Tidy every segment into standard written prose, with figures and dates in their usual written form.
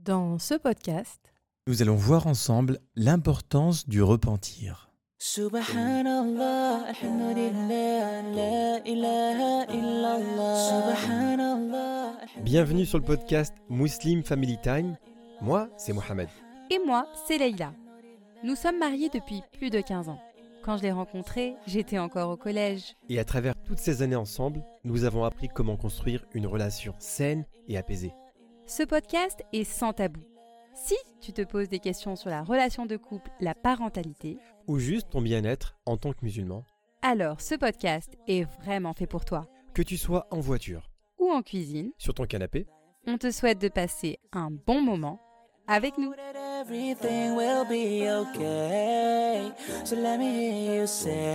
Dans ce podcast, nous allons voir ensemble l'importance du repentir. Subhanallah, alhamdulillah, la ilaha illallah. Subhanallah. Bienvenue sur le podcast Muslim Family Time. Moi, c'est Mohamed. et moi, c'est Leïla. Nous sommes mariés depuis plus de 15 ans. Quand je l'ai rencontré, j'étais encore au collège. Et à travers toutes ces années ensemble, nous avons appris comment construire une relation saine et apaisée. Ce podcast est sans tabou. Si tu te poses des questions sur la relation de couple, la parentalité, Ou juste ton bien-être en tant que musulman. alors ce podcast est vraiment fait pour toi. Que tu sois en voiture, Ou en cuisine, sur ton canapé, on te souhaite de passer un bon moment avec nous. That everything will be okay. So let me hear you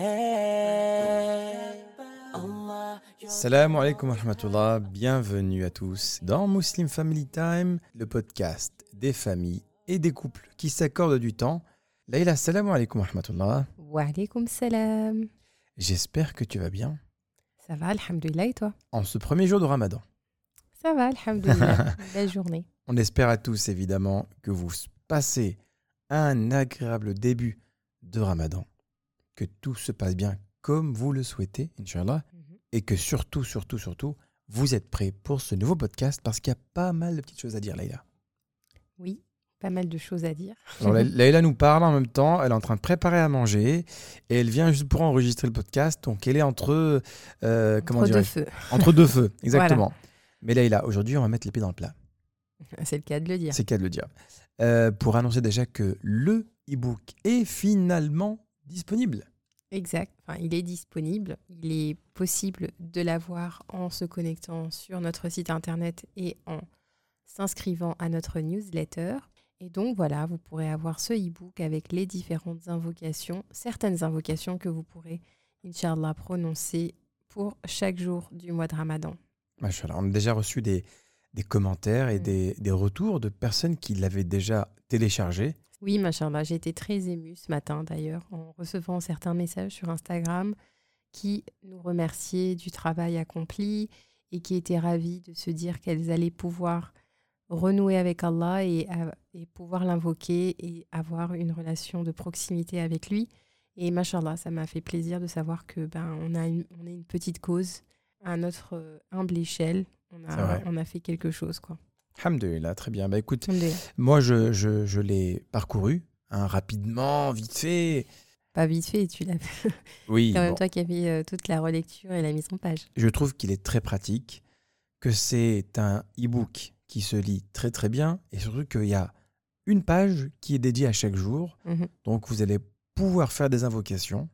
say, Allah. Salam alaikum wa rahmatullah, bienvenue à tous dans Muslim Family Time, le podcast des familles et des couples qui s'accordent du temps. Leïla, salam alaikum wa rahmatullah. Wa alaykoum salam. J'espère que tu vas bien Ça va, alhamdoulilah, et toi? en ce premier jour de Ramadan. Ça va, alhamdoulilah. Belle journée. On espère à tous évidemment que vous passez un agréable début de Ramadan, que tout se passe bien comme vous le souhaitez, Inch'Allah, et que surtout, vous êtes prêts pour ce nouveau podcast parce qu'il y a pas mal de petites choses à dire, Leïla. Oui, pas mal de choses à dire. Alors, Leïla nous parle en même temps, elle est en train de préparer à manger et elle vient juste pour enregistrer le podcast, donc elle est entre Entre deux feux. entre deux feux, exactement. Mais Leïla, aujourd'hui, on va mettre les pieds dans le plat. C'est le cas de le dire. C'est le cas de le dire. Pour annoncer déjà que le e-book est finalement disponible. Exact. Enfin, il est disponible. Il est possible de l'avoir en se connectant sur notre site internet et en s'inscrivant à notre newsletter. Et donc voilà, vous pourrez avoir ce e-book avec les différentes invocations, certaines invocations que vous pourrez, Inch'Allah, prononcer pour chaque jour du mois de Ramadan. Machallah, on a déjà reçu des commentaires et des retours de personnes qui l'avaient déjà téléchargé. Oui, machallah, j'ai été très émue ce matin d'ailleurs en recevant certains messages sur Instagram qui nous remerciaient du travail accompli et qui étaient ravis de se dire qu'elles allaient pouvoir renouer avec Allah et pouvoir l'invoquer et avoir une relation de proximité avec lui. Et machallah, ça m'a fait plaisir de savoir que on a une petite cause à notre humble échelle. C'est vrai. On a fait quelque chose, quoi. Alhamdulillah, très bien. Bah écoute, Alhamdulillah. moi je l'ai parcouru rapidement, vite fait. Pas vite fait, tu l'as fait. Oui, C'est en même bon, toi qui as fait toute la relecture et la mise en page. je trouve qu'il est très pratique, que c'est un e-book qui se lit très très bien et surtout qu'il y a une page qui est dédiée à chaque jour. Mhm. Donc vous allez pouvoir faire des invocations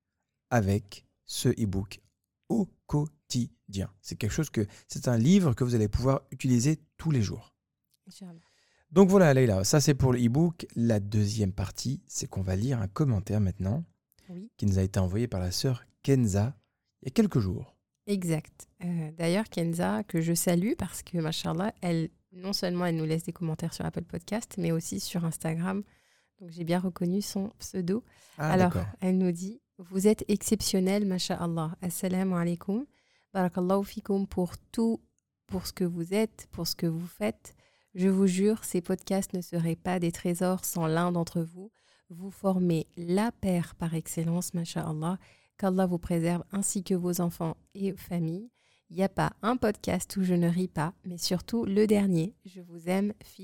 avec ce e-book au quotidien. C'est un livre que vous allez pouvoir utiliser tous les jours. Inch'Allah. Donc voilà, Leïla, ça c'est pour le e-book. La deuxième partie, c'est qu'on va lire un commentaire maintenant Oui, qui nous a été envoyé par la sœur Kenza il y a quelques jours. exact. D'ailleurs, Kenza, que je salue parce que, machallah, non seulement elle nous laisse des commentaires sur Apple Podcast, mais aussi sur Instagram. Donc j'ai bien reconnu son pseudo. Ah, Alors, d'accord. elle nous dit « Vous êtes exceptionnel, masha'Allah. Assalamu alaikum. Barakallahu fikoum pour tout, pour ce que vous êtes, pour ce que vous faites. Je vous jure, ces podcasts ne seraient pas des trésors sans l'un d'entre vous. Vous formez la paire par excellence, masha'Allah. Qu'Allah vous préserve ainsi que vos enfants et familles. Il n'y a pas un podcast où je ne ris pas, mais surtout le dernier. Je vous aime, Phil. »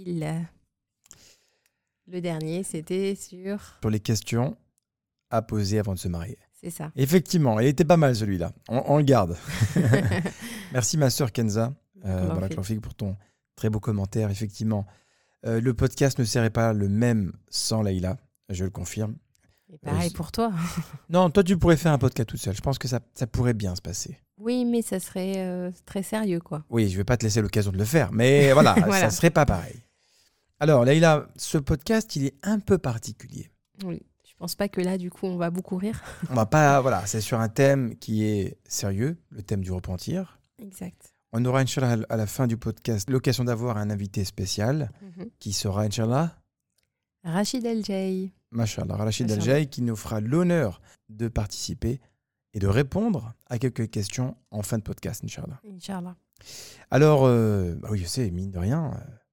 Le dernier, c'était sur... Sur les questions à poser avant de se marier. C'est ça. Effectivement, il était pas mal celui-là. On le garde. Merci ma sœur Kenza. Barakallahu fik pour ton très beau commentaire. Effectivement, le podcast ne serait pas le même sans Leïla, je le confirme. Et pareil pour toi. Non, toi tu pourrais faire un podcast toute seule. Je pense que ça pourrait bien se passer. Oui, mais ça serait très sérieux, quoi. Oui, je vais pas te laisser l'occasion de le faire, mais voilà, Voilà. ça serait pas pareil. Alors Leïla, ce podcast, il est un peu particulier. Oui. Je pense pas que là, du coup, on va beaucoup rire. On va pas, voilà, c'est sur un thème qui est sérieux, le thème du repentir. Exact. On aura, Inch'Allah, à la fin du podcast, l'occasion d'avoir un invité spécial qui sera, Inch'Allah, Rachid El-Jay. Mashallah, Rachid Mashallah. El-Jay, qui nous fera l'honneur de participer et de répondre à quelques questions en fin de podcast, Inch'Allah. Inch'Allah. Alors, oui, je sais, mine de rien,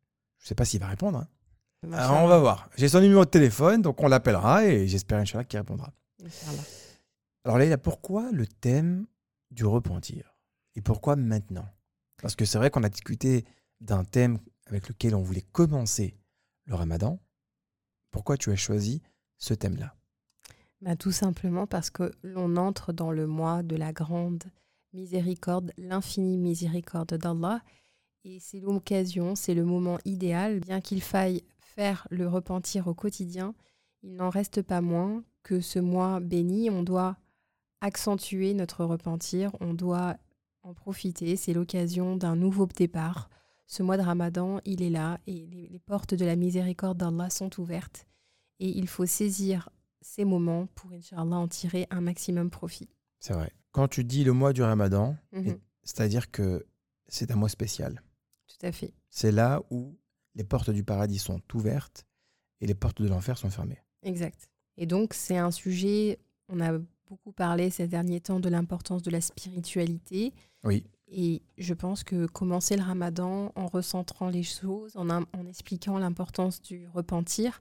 Je ne sais pas s'il va répondre. Hein. Machallah. Alors, on va voir. J'ai son numéro de téléphone, donc on l'appellera et j'espère, Inch'Allah, qu'il répondra. Inch'Allah. Alors Leïla, pourquoi le thème du repentir? Et pourquoi maintenant? Parce que c'est vrai qu'on a discuté d'un thème avec lequel on voulait commencer le Ramadan. Pourquoi tu as choisi ce thème-là? Tout simplement parce que l'on entre dans le mois de la grande miséricorde, l'infinie miséricorde d'Allah. Et c'est l'occasion, c'est le moment idéal, bien qu'il faille faire le repentir au quotidien, il n'en reste pas moins que ce mois béni, on doit accentuer notre repentir, on doit en profiter, c'est l'occasion d'un nouveau départ. Ce mois de Ramadan, il est là et les portes de la miséricorde d'Allah sont ouvertes et il faut saisir ces moments pour, Inch'Allah, en tirer un maximum profit. C'est vrai. Quand tu dis le mois du Ramadan, Mhm. c'est-à-dire que c'est un mois spécial. Tout à fait. C'est là où les portes du paradis sont ouvertes et les portes de l'enfer sont fermées. Exact. Et donc, c'est un sujet, on a beaucoup parlé ces derniers temps de l'importance de la spiritualité. Oui, Et je pense que commencer le Ramadan en recentrant les choses, en expliquant l'importance du repentir,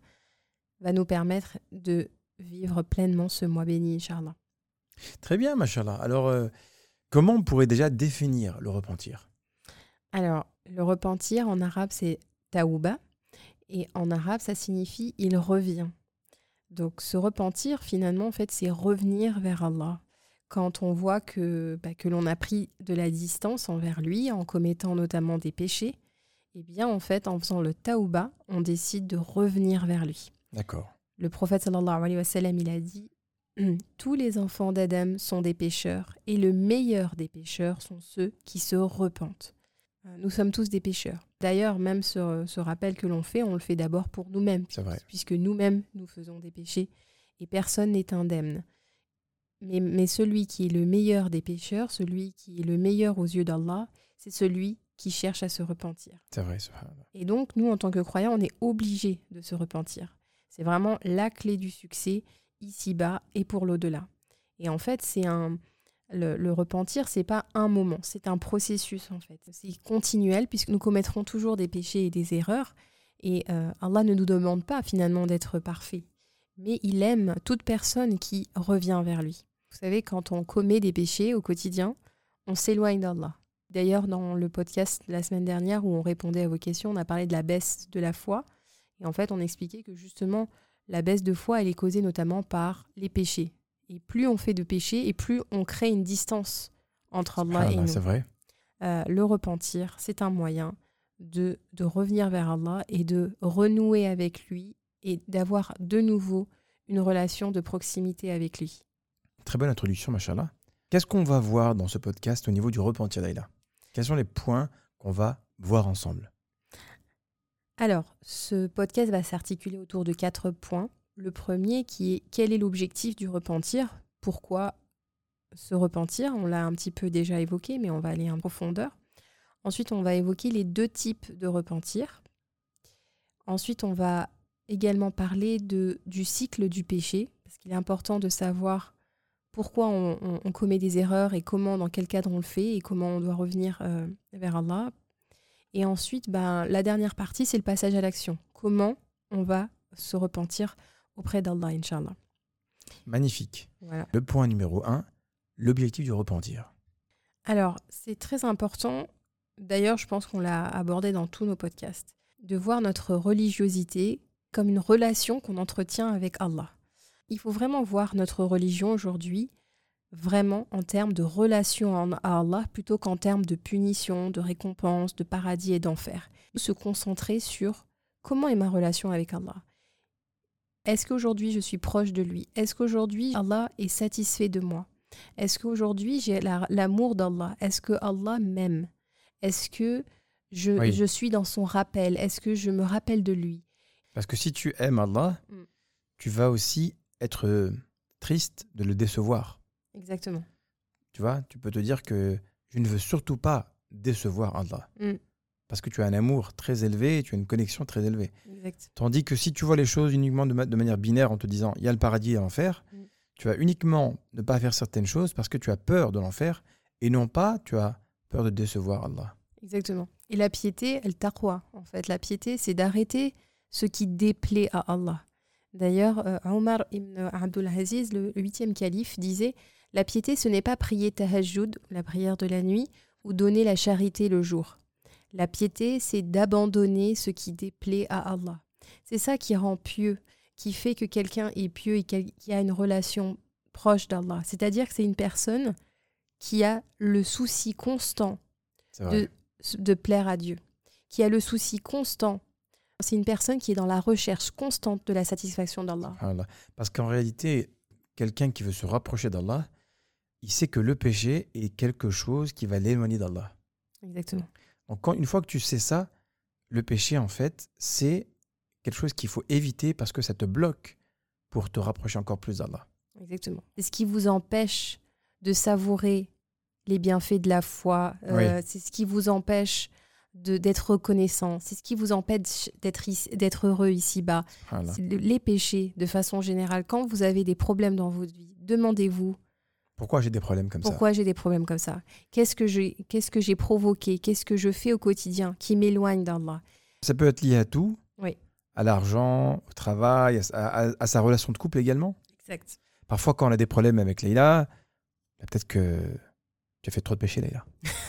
va nous permettre de vivre pleinement ce mois béni, Inch'Allah. très bien, machallah. Alors, comment on pourrait déjà définir le repentir? Alors, le repentir en arabe, c'est taouba. Et en arabe, ça signifie « il revient ». Donc, se repentir, finalement, en fait, c'est revenir vers Allah. Quand on voit que l'on a pris de la distance envers lui, en commettant notamment des péchés, eh bien, en fait, en faisant le taouba, on décide de revenir vers lui. D'accord. Le prophète, sallallahu alayhi wa sallam, il a dit « Tous les enfants d'Adam sont des pécheurs, et le meilleur des pécheurs sont ceux qui se repentent. » Nous sommes tous des pécheurs. D'ailleurs, même ce rappel que l'on fait, on le fait d'abord pour nous-mêmes, C'est vrai. puisque nous-mêmes, nous faisons des péchés, et personne n'est indemne. Mais celui qui est le meilleur des pécheurs, celui qui est le meilleur aux yeux d'Allah, c'est celui qui cherche à se repentir. C'est vrai, subhanallah. Et donc, nous, en tant que croyants, on est obligés de se repentir. C'est vraiment la clé du succès, ici-bas et pour l'au-delà. Et en fait, le repentir, c'est pas un moment, c'est un processus, en fait. C'est continuel, puisque nous commettrons toujours des péchés et des erreurs. Et Allah ne nous demande pas, finalement, d'être parfaits. Mais il aime toute personne qui revient vers lui. Vous savez, quand on commet des péchés au quotidien, on s'éloigne d'Allah. D'ailleurs, dans le podcast de la semaine dernière où on répondait à vos questions, on a parlé de la baisse de la foi. Et en fait, on expliquait que justement, la baisse de foi, elle est causée notamment par les péchés. Et plus on fait de péchés, et plus on crée une distance entre Allah et nous. C'est vrai. Le repentir, c'est un moyen de revenir vers Allah et de renouer avec lui et d'avoir de nouveau une relation de proximité avec lui. Très bonne introduction, machallah. Qu'est-ce qu'on va voir dans ce podcast au niveau du repentir, Leïla? Quels sont les points qu'on va voir ensemble? Alors, ce podcast va s'articuler autour de 4 points. Le premier qui est quel est l'objectif du repentir? Pourquoi se repentir? On l'a un petit peu déjà évoqué, mais on va aller en profondeur. Ensuite, on va évoquer les 2 types de repentir. Ensuite, on va également parler du cycle du péché, parce qu'il est important de savoir pourquoi on commet des erreurs et comment, dans quel cadre on le fait et comment on doit revenir vers Allah. Et ensuite, la dernière partie, c'est le passage à l'action. Comment on va se repentir auprès d'Allah, Inch'Allah. Magnifique. Voilà. Le point numéro 1, l'objectif du repentir. Alors, c'est très important, d'ailleurs, je pense qu'on l'a abordé dans tous nos podcasts, de voir notre religiosité comme une relation qu'on entretient avec Allah. Il faut vraiment voir notre religion aujourd'hui vraiment en termes de relation à Allah plutôt qu'en termes de punition, de récompense, de paradis et d'enfer. Se concentrer sur comment est ma relation avec Allah. Est-ce qu'aujourd'hui je suis proche de lui? Est-ce qu'aujourd'hui Allah est satisfait de moi? Est-ce qu'aujourd'hui j'ai l'amour d'Allah? Est-ce que Allah m'aime? Est-ce que je suis dans son rappel? Est-ce que je me rappelle de lui? Parce que si tu aimes Allah, tu vas aussi être triste de le décevoir. Exactement. Tu vois, tu peux te dire que je ne veux surtout pas décevoir Allah. Parce que tu as un amour très élevé et tu as une connexion très élevée. Exact. Tandis que si tu vois les choses uniquement de manière binaire en te disant il y a le paradis et l'enfer, tu vas uniquement ne pas faire certaines choses parce que tu as peur de l'enfer et non pas tu as peur de décevoir Allah. Exactement. Et la piété, elle taqwa. En fait, la piété, c'est d'arrêter ce qui déplaît à Allah. D'ailleurs, Omar ibn Abdul Aziz, le 8e calife, disait « La piété, ce n'est pas prier tahajjud, la prière de la nuit, ou donner la charité le jour. La piété, c'est d'abandonner ce qui déplaît à Allah. C'est ça qui rend pieux, qui fait que quelqu'un est pieux et qui a une relation proche d'Allah. C'est-à-dire que c'est une personne qui a le souci constant de plaire à Dieu, qui a le souci constant. C'est une personne qui est dans la recherche constante de la satisfaction d'Allah. Parce qu'en réalité, quelqu'un qui veut se rapprocher d'Allah, il sait que le péché est quelque chose qui va l'éloigner d'Allah. Exactement. Donc, une fois que tu sais ça, le péché, en fait, c'est quelque chose qu'il faut éviter parce que ça te bloque pour te rapprocher encore plus d'Allah. Exactement. C'est ce qui vous empêche de savourer les bienfaits de la foi. C'est ce qui vous empêche d'être reconnaissant. C'est ce qui vous empêche d'être heureux ici-bas. Voilà. Les péchés, de façon générale, quand vous avez des problèmes dans votre vie, demandez-vous pourquoi j'ai des problèmes comme ça. Pourquoi j'ai des problèmes comme ça? Qu'est-ce que j'ai provoqué? Qu'est-ce que je fais au quotidien qui m'éloigne d'Allah? Ça peut être lié à tout. Oui. À l'argent, au travail, à sa relation de couple également. Exact. Parfois, quand on a des problèmes avec Leïla, peut-être que tu as fait trop de péché, Leïla.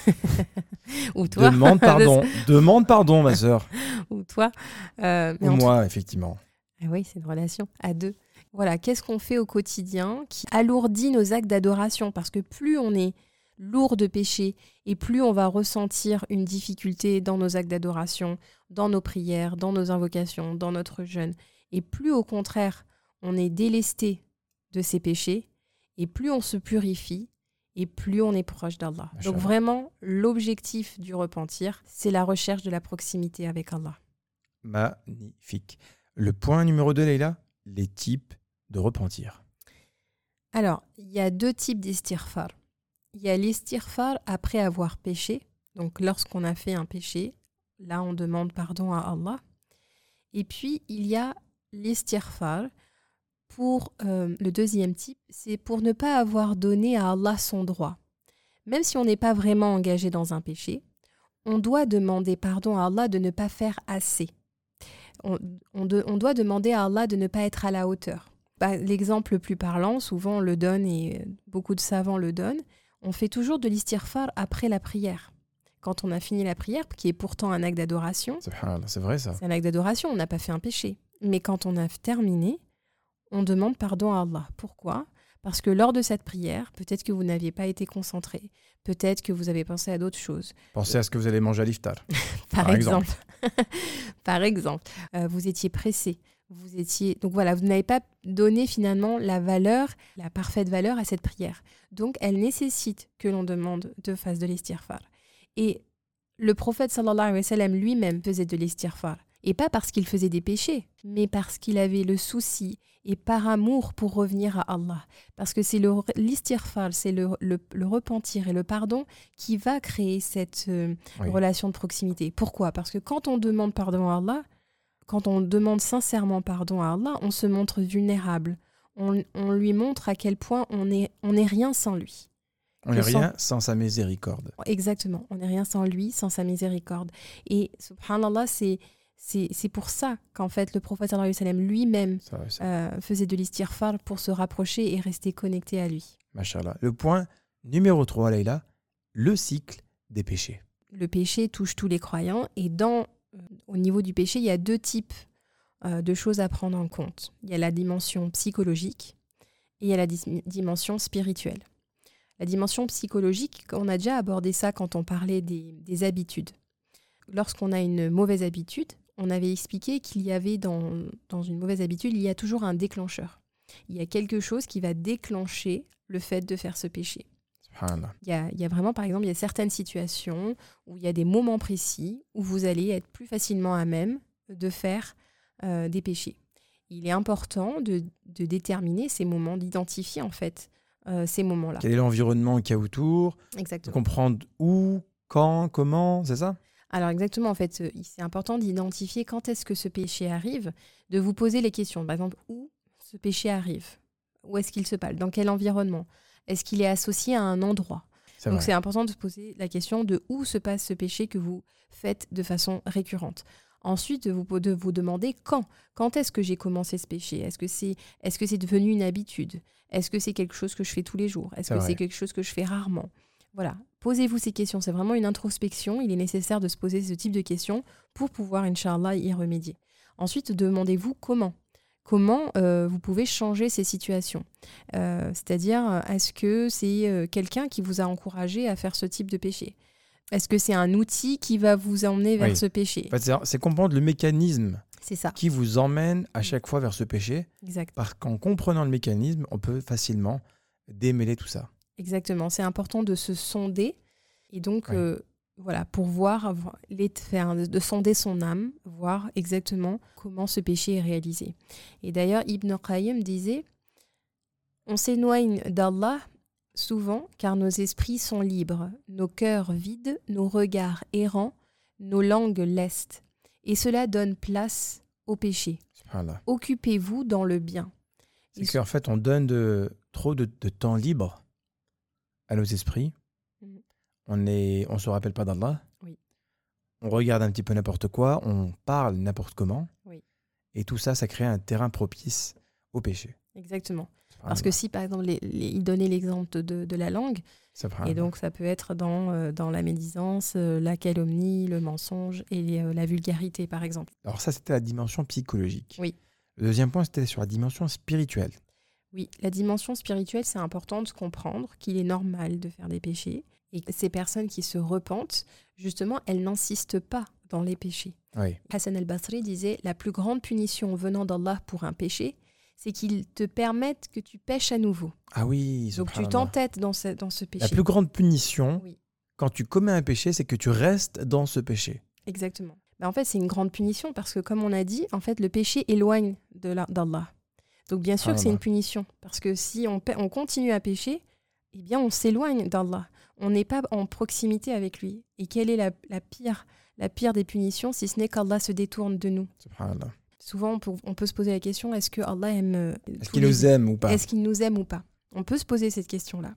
Ou toi. Demande pardon. Demande pardon, ma sœur. Ou toi. Ou moi, effectivement. Ah oui, c'est une relation à deux. Voilà, qu'est-ce qu'on fait au quotidien qui alourdit nos actes d'adoration? Parce que plus on est lourd de péché et plus on va ressentir une difficulté dans nos actes d'adoration, dans nos prières, dans nos invocations, dans notre jeûne. Et plus au contraire, on est délesté de ces péchés et plus on se purifie et plus on est proche d'Allah. Donc vraiment, l'objectif du repentir, c'est la recherche de la proximité avec Allah. Magnifique. Le point numéro 2, Leïla, les types de repentir. Alors, il y a deux types d'istighfar. Il y a l'istighfar après avoir péché. Donc, lorsqu'on a fait un péché, là, on demande pardon à Allah. Et puis, il y a l'istighfar pour le deuxième type, c'est pour ne pas avoir donné à Allah son droit. Même si on n'est pas vraiment engagé dans un péché, on doit demander pardon à Allah de ne pas faire assez. On doit demander à Allah de ne pas être à la hauteur. L'exemple le plus parlant, souvent on le donne et beaucoup de savants le donnent, on fait toujours de l'istighfar après la prière. Quand on a fini la prière, qui est pourtant un acte d'adoration, c'est vrai ça. C'est un acte d'adoration, on n'a pas fait un péché. Mais quand on a terminé, on demande pardon à Allah. Pourquoi ? Parce que lors de cette prière, peut-être que vous n'aviez pas été concentré, peut-être que vous avez pensé à d'autres choses. Pensez à ce que vous allez manger à l'iftar. Par exemple. Par exemple, vous étiez pressé. Donc voilà, vous n'avez pas donné finalement la parfaite valeur à cette prière. Donc elle nécessite que l'on fasse de l'istighfar. Et le prophète sallallahu alayhi wa sallam lui-même faisait de l'istighfar. Et pas parce qu'il faisait des péchés, mais parce qu'il avait le souci et par amour pour revenir à Allah. Parce que c'est l'istighfar, c'est le repentir et le pardon qui va créer cette relation de proximité. Pourquoi ? Parce que quand on demande pardon à Allah, quand on demande sincèrement pardon à Allah, on se montre vulnérable. On lui montre à quel point on n'est rien sans lui. On n'est rien sans sa miséricorde. Exactement, on n'est rien sans lui, sans sa miséricorde. Et subhanallah, c'est pour ça qu'en fait le prophète sallallahu alayhi wa sallam lui-même faisait de l'istighfar pour se rapprocher et rester connecté à lui. Mashallah. Le point numéro 3, Leïla, le cycle des péchés. Le péché touche tous les croyants et au niveau du péché, il y a deux types de choses à prendre en compte. Il y a la dimension psychologique et il y a la dimension spirituelle. La dimension psychologique, on a déjà abordé ça quand on parlait des habitudes. Lorsqu'on a une mauvaise habitude, on avait expliqué qu'il y avait dans une mauvaise habitude, il y a toujours un déclencheur. Il y a quelque chose qui va déclencher le fait de faire ce péché. Il y a vraiment, par exemple, il y a certaines situations où il y a des moments précis où vous allez être plus facilement à même de faire des péchés. Il est important de déterminer ces moments, d'identifier en fait ces moments-là. Quel est l'environnement qu'il y a autour ? Exactement. Comprendre où, quand, comment, c'est ça ? Alors exactement, en fait, c'est important d'identifier quand est-ce que ce péché arrive, de vous poser les questions. Par exemple, où ce péché arrive ? Où est-ce qu'il se passe ? Dans quel environnement ? Est-ce qu'il est associé à un endroit ? C'est Donc vrai. c'est important de se poser la question de où se passe ce péché que vous faites de façon récurrente. Ensuite, de vous demander quand. Quand est-ce que j'ai commencé ce péché ? Est-ce que c'est devenu une habitude ? Est-ce que c'est quelque chose que je fais tous les jours ? Est-ce C'est que vrai. c'est quelque chose que je fais rarement ? Voilà. Posez-vous ces questions. C'est vraiment une introspection. Il est nécessaire de se poser ce type de questions pour pouvoir, Inch'Allah, y remédier. Ensuite, demandez-vous comment. Comment vous pouvez changer ces situations. C'est-à-dire, est-ce que c'est quelqu'un qui vous a encouragé à faire ce type de péché ? Est-ce que c'est un outil qui va vous emmener vers Oui. ce péché ? En fait, c'est comprendre le mécanisme C'est ça, qui vous emmène à chaque fois vers ce péché. exact. Parce qu'en comprenant le mécanisme, on peut facilement démêler tout ça. Exactement. C'est important de se sonder et donc, Oui. voilà, pour voir, de sonder son âme, voir exactement comment ce péché est réalisé. Et d'ailleurs, Ibn Qayyim disait « On s'éloigne d'Allah souvent car nos esprits sont libres, nos cœurs vides, nos regards errants, nos langues lestes. Et cela donne place au péché. Subhanallah. Occupez-vous dans le bien. » C'est qu'en fait, on donne trop de temps libre à nos esprits. Mhm. On ne se rappelle pas d'Allah. Oui. On regarde un petit peu n'importe quoi. On parle n'importe comment. Oui. Et tout ça, ça crée un terrain propice au péché. Exactement. Subhanallah. Parce que si, par exemple, il donnait l'exemple de la langue, Subhanallah. et donc ça peut être dans la médisance, la calomnie, le mensonge et la vulgarité, par exemple. Alors ça, c'était la dimension psychologique. Oui. Le deuxième point, c'était sur la dimension spirituelle. Oui, la dimension spirituelle, c'est important de comprendre qu'il est normal de faire des péchés et que ces personnes qui se repentent, justement, elles n'insistent pas dans les péchés. Oui. Hassan al-Basri disait « La plus grande punition venant d'Allah pour un péché, c'est qu'il te permette que tu pêches à nouveau. Ah oui, Donc tu subhanallah. t'entêtes dans ce péché. La plus grande punition, Oui, quand tu commets un péché, c'est que tu restes dans ce péché. exactement. En fait, c'est une grande punition parce que, comme on a dit, en fait, le péché éloigne d'Allah. Donc bien sûr que c'est Subhanallah. une punition. Parce que si on continue à pécher, eh bien on s'éloigne d'Allah. On n'est pas en proximité avec lui. Et quelle est la pire des punitions, si ce n'est qu'Allah se détourne de nous ? Subhanallah. Souvent, on peut se poser la question, est-ce que Allah aime Est-ce tous qu'il les- nous aime ou pas? Est-ce qu'il nous aime ou pas ? On peut se poser cette question-là.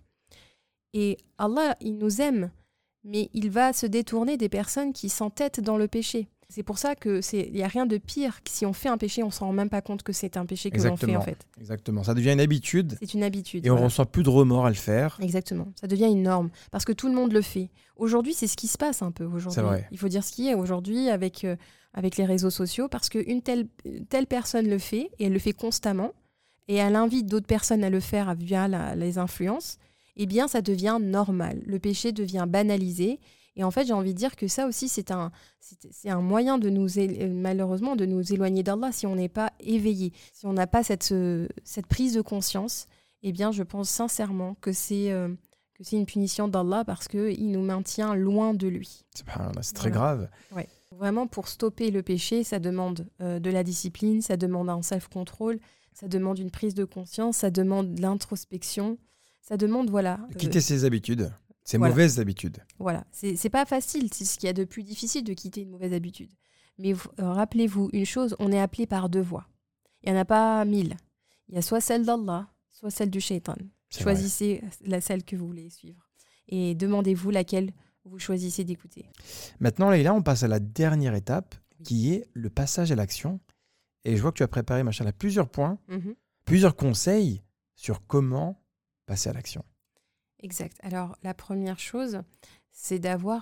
Et Allah, il nous aime, mais il va se détourner des personnes qui s'entêtent dans le péché. C'est pour ça qu'il n'y a rien de pire que si on fait un péché, on ne s'en rend même pas compte que c'est un péché que l'on fait, en fait. Exactement. Ça devient une habitude C'est une habitude. et on ne voilà. ressent plus de remords à le faire. Exactement. Ça devient une norme parce que tout le monde le fait. Aujourd'hui, c'est ce qui se passe un peu aujourd'hui. C'est vrai. Il faut dire ce qui est aujourd'hui avec les réseaux sociaux parce qu'une telle personne le fait et elle le fait constamment et elle invite d'autres personnes à le faire via les influences, eh bien, ça devient normal. Le péché devient banalisé. Et en fait, j'ai envie de dire que ça aussi, c'est un moyen de malheureusement, de nous éloigner d'Allah si on n'est pas éveillé. Si on n'a pas cette prise de conscience, eh bien, je pense sincèrement que c'est une punition d'Allah parce qu'il nous maintient loin de lui. Subhanallah, c'est très Voilà. grave. Ouais. Vraiment, pour stopper le péché, ça demande de la discipline, ça demande un self-control, ça demande une prise de conscience, ça demande de l'introspection, ça demande, voilà... De quitter ses habitudes, ses voilà. mauvaises habitudes. Voilà, c'est pas facile, c'est ce qu'il y a de plus difficile de quitter une mauvaise habitude. Mais rappelez-vous une chose, on est appelé par deux voies. Il n'y en a pas 1000. Il y a soit celle d'Allah, soit celle du shaitan. C'est Choisissez celle que vous voulez suivre. Et demandez-vous laquelle vous choisissez d'écouter. Maintenant, Leïla, on passe à la dernière étape qui est le passage à l'action. Et je vois que tu as préparé, machallah, plusieurs points, plusieurs conseils sur comment passer à l'action. Exact. Alors, la première chose, c'est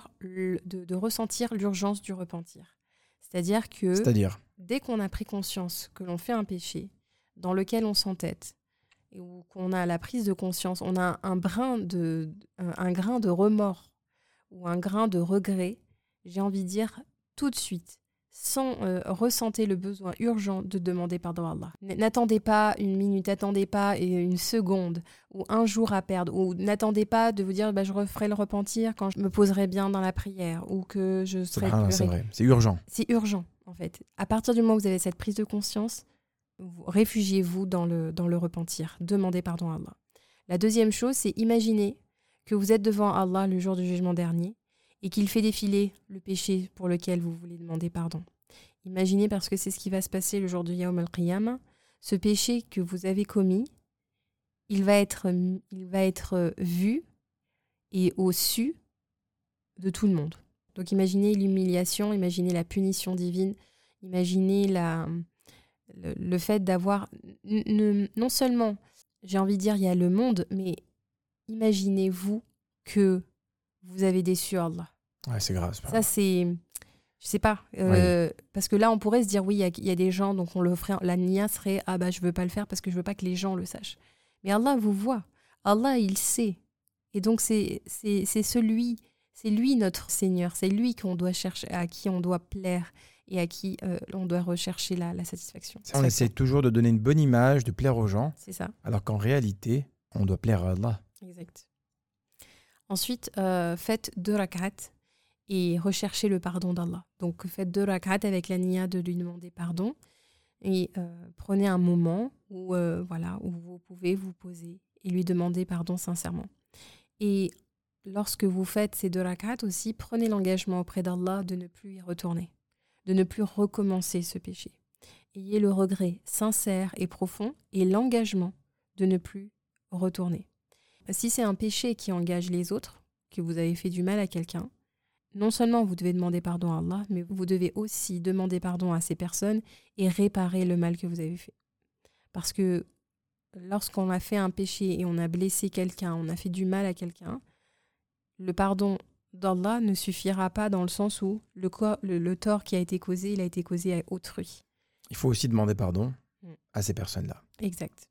de ressentir l'urgence du repentir. C'est-à-dire que dès qu'on a pris conscience que l'on fait un péché dans lequel on s'entête, ou qu'on a la prise de conscience, on a un grain de remords ou un grain de regret, j'ai envie de dire tout de suite, sans ressentir le besoin urgent de demander pardon à Allah. N'attendez pas une minute, n'attendez pas une seconde ou un jour à perdre, ou n'attendez pas de vous dire je referai le repentir quand je me poserai bien dans la prière ou que je serai C'est vrai, c'est urgent. C'est urgent en fait. À partir du moment où vous avez cette prise de conscience, réfugiez-vous dans le repentir, demandez pardon à Allah. La deuxième chose, c'est imaginer que vous êtes devant Allah le jour du jugement dernier et qu'il fait défiler le péché pour lequel vous voulez demander pardon. Imaginez, parce que c'est ce qui va se passer le jour du Yawm al-Qiyamah, ce péché que vous avez commis, il va être vu est au-dessus de tout le monde. Donc imaginez l'humiliation, imaginez la punition divine, imaginez le fait d'avoir... non seulement, j'ai envie de dire, il y a le monde, mais imaginez-vous que vous avez déçu Allah. Ouais, c'est grave. Ça, c'est... Je sais pas. Parce que là, on pourrait se dire, oui, il y a des gens, donc on le ferait... La nia serait, ah bah, je veux pas le faire parce que je veux pas que les gens le sachent. Mais Allah vous voit. Allah, il sait. Et donc, c'est lui notre Seigneur. C'est lui qu'on doit chercher, à qui on doit plaire et à qui on doit rechercher la satisfaction. On essaie toujours de donner une bonne image, de plaire aux gens. C'est ça. Alors qu'en réalité, on doit plaire à Allah. Exact. Ensuite, faites 2 rak'at et recherchez le pardon d'Allah. Donc, faites 2 rak'at avec la niya de lui demander pardon et prenez un moment où vous pouvez vous poser et lui demander pardon sincèrement. Et lorsque vous faites ces 2 rak'at aussi, prenez l'engagement auprès d'Allah de ne plus y retourner, de ne plus recommencer ce péché. Ayez le regret sincère et profond et l'engagement de ne plus retourner. Si c'est un péché qui engage les autres, que vous avez fait du mal à quelqu'un, non seulement vous devez demander pardon à Allah, mais vous devez aussi demander pardon à ces personnes et réparer le mal que vous avez fait. Parce que lorsqu'on a fait un péché et on a blessé quelqu'un, on a fait du mal à quelqu'un, le pardon d'Allah ne suffira pas dans le sens où le tort qui a été causé, il a été causé à autrui. Il faut aussi demander pardon à ces personnes-là. Exact.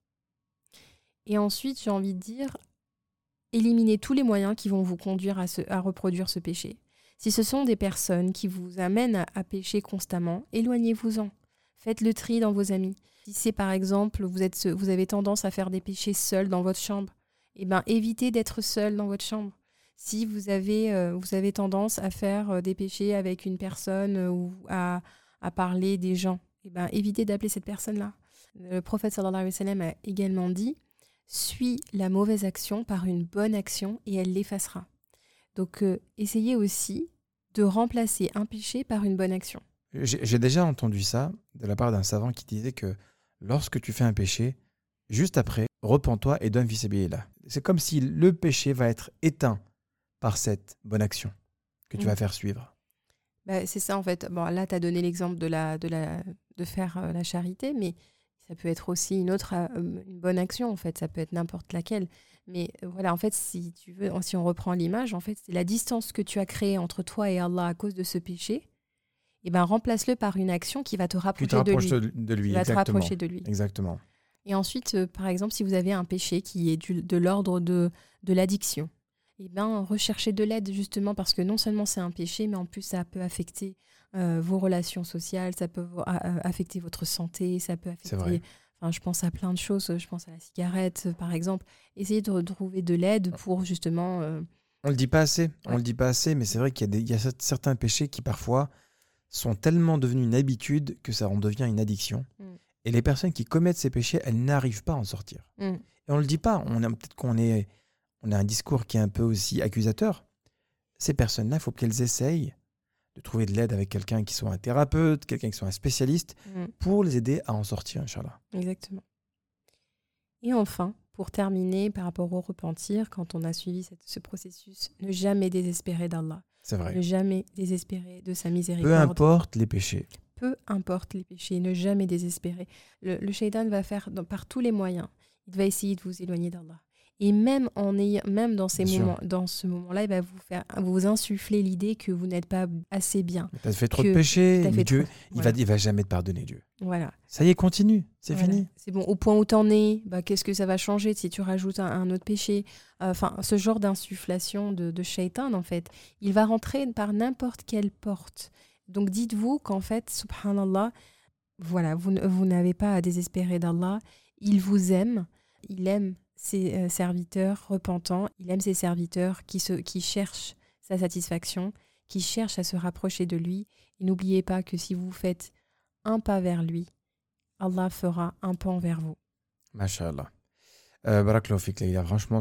Et ensuite, j'ai envie de dire, éliminez tous les moyens qui vont vous conduire à reproduire ce péché. Si ce sont des personnes qui vous amènent à pécher constamment, éloignez-vous-en. Faites le tri dans vos amis. Si c'est par exemple, vous avez tendance à faire des péchés seul dans votre chambre, évitez d'être seul dans votre chambre. Si vous avez tendance à faire des péchés avec une personne ou à parler des gens, évitez d'appeler cette personne-là. Le prophète sallallahu alayhi wa sallam a également dit « Suis la mauvaise action par une bonne action et elle l'effacera ». Donc, essayez aussi de remplacer un péché par une bonne action. J'ai déjà entendu ça de la part d'un savant qui disait que lorsque tu fais un péché, juste après, repens-toi et donne fisabilillah. C'est comme si le péché va être éteint par cette bonne action que tu vas faire suivre. C'est ça en fait. Bon, là, tu as donné l'exemple de faire la charité, mais ça peut être aussi une bonne action en fait. Ça peut être n'importe laquelle. Mais voilà, en fait, si on reprend l'image, en fait, c'est la distance que tu as créée entre toi et Allah à cause de ce péché. Remplace-le par une action qui va te rapprocher de lui. Exactement. Et ensuite, par exemple, si vous avez un péché qui est de l'ordre de l'addiction, recherchez de l'aide justement parce que non seulement c'est un péché, mais en plus ça peut affecter vos relations sociales, ça peut affecter votre santé, ça peut affecter... je pense à plein de choses, je pense à la cigarette par exemple. Essayez de trouver de l'aide pour justement... On le dit pas assez, mais c'est vrai qu'il y a certains péchés qui parfois sont tellement devenus une habitude que ça en devient une addiction. Et les personnes qui commettent ces péchés, elles n'arrivent pas à en sortir. Et on le dit pas, peut-être qu'on a un discours qui est un peu aussi accusateur. Ces personnes-là, il faut qu'elles essayent de trouver de l'aide avec quelqu'un qui soit un thérapeute, quelqu'un qui soit un spécialiste, pour les aider à en sortir, Inch'Allah. Exactement. Et enfin, pour terminer, par rapport au repentir, quand on a suivi ce processus, ne jamais désespérer d'Allah. C'est vrai. Ne jamais désespérer de sa miséricorde. Peu importe les péchés. Peu importe les péchés, ne jamais désespérer. Le shaitan va faire par tous les moyens. Il va essayer de vous éloigner d'Allah. Et même dans ce moment-là, il va vous insuffler l'idée que vous n'êtes pas assez bien. Tu as fait trop de péchés, mais Dieu, il va jamais te pardonner, Dieu. Voilà. Ça y est, continue, c'est fini. C'est bon, au point où tu en es, qu'est-ce que ça va changer si tu rajoutes un autre péché? Ce genre d'insufflation de shaitan, en fait, il va rentrer par n'importe quelle porte. Donc dites-vous qu'en fait, subhanallah, voilà, vous n'avez pas à désespérer d'Allah. Il vous aime, il aime ses serviteurs repentants, il aime ses serviteurs qui cherchent sa satisfaction, qui cherchent à se rapprocher de lui. Et n'oubliez pas que si vous faites un pas vers lui, Allah fera un pas vers vous. Masha'Allah. Barakallahu fik, Leïla. Franchement,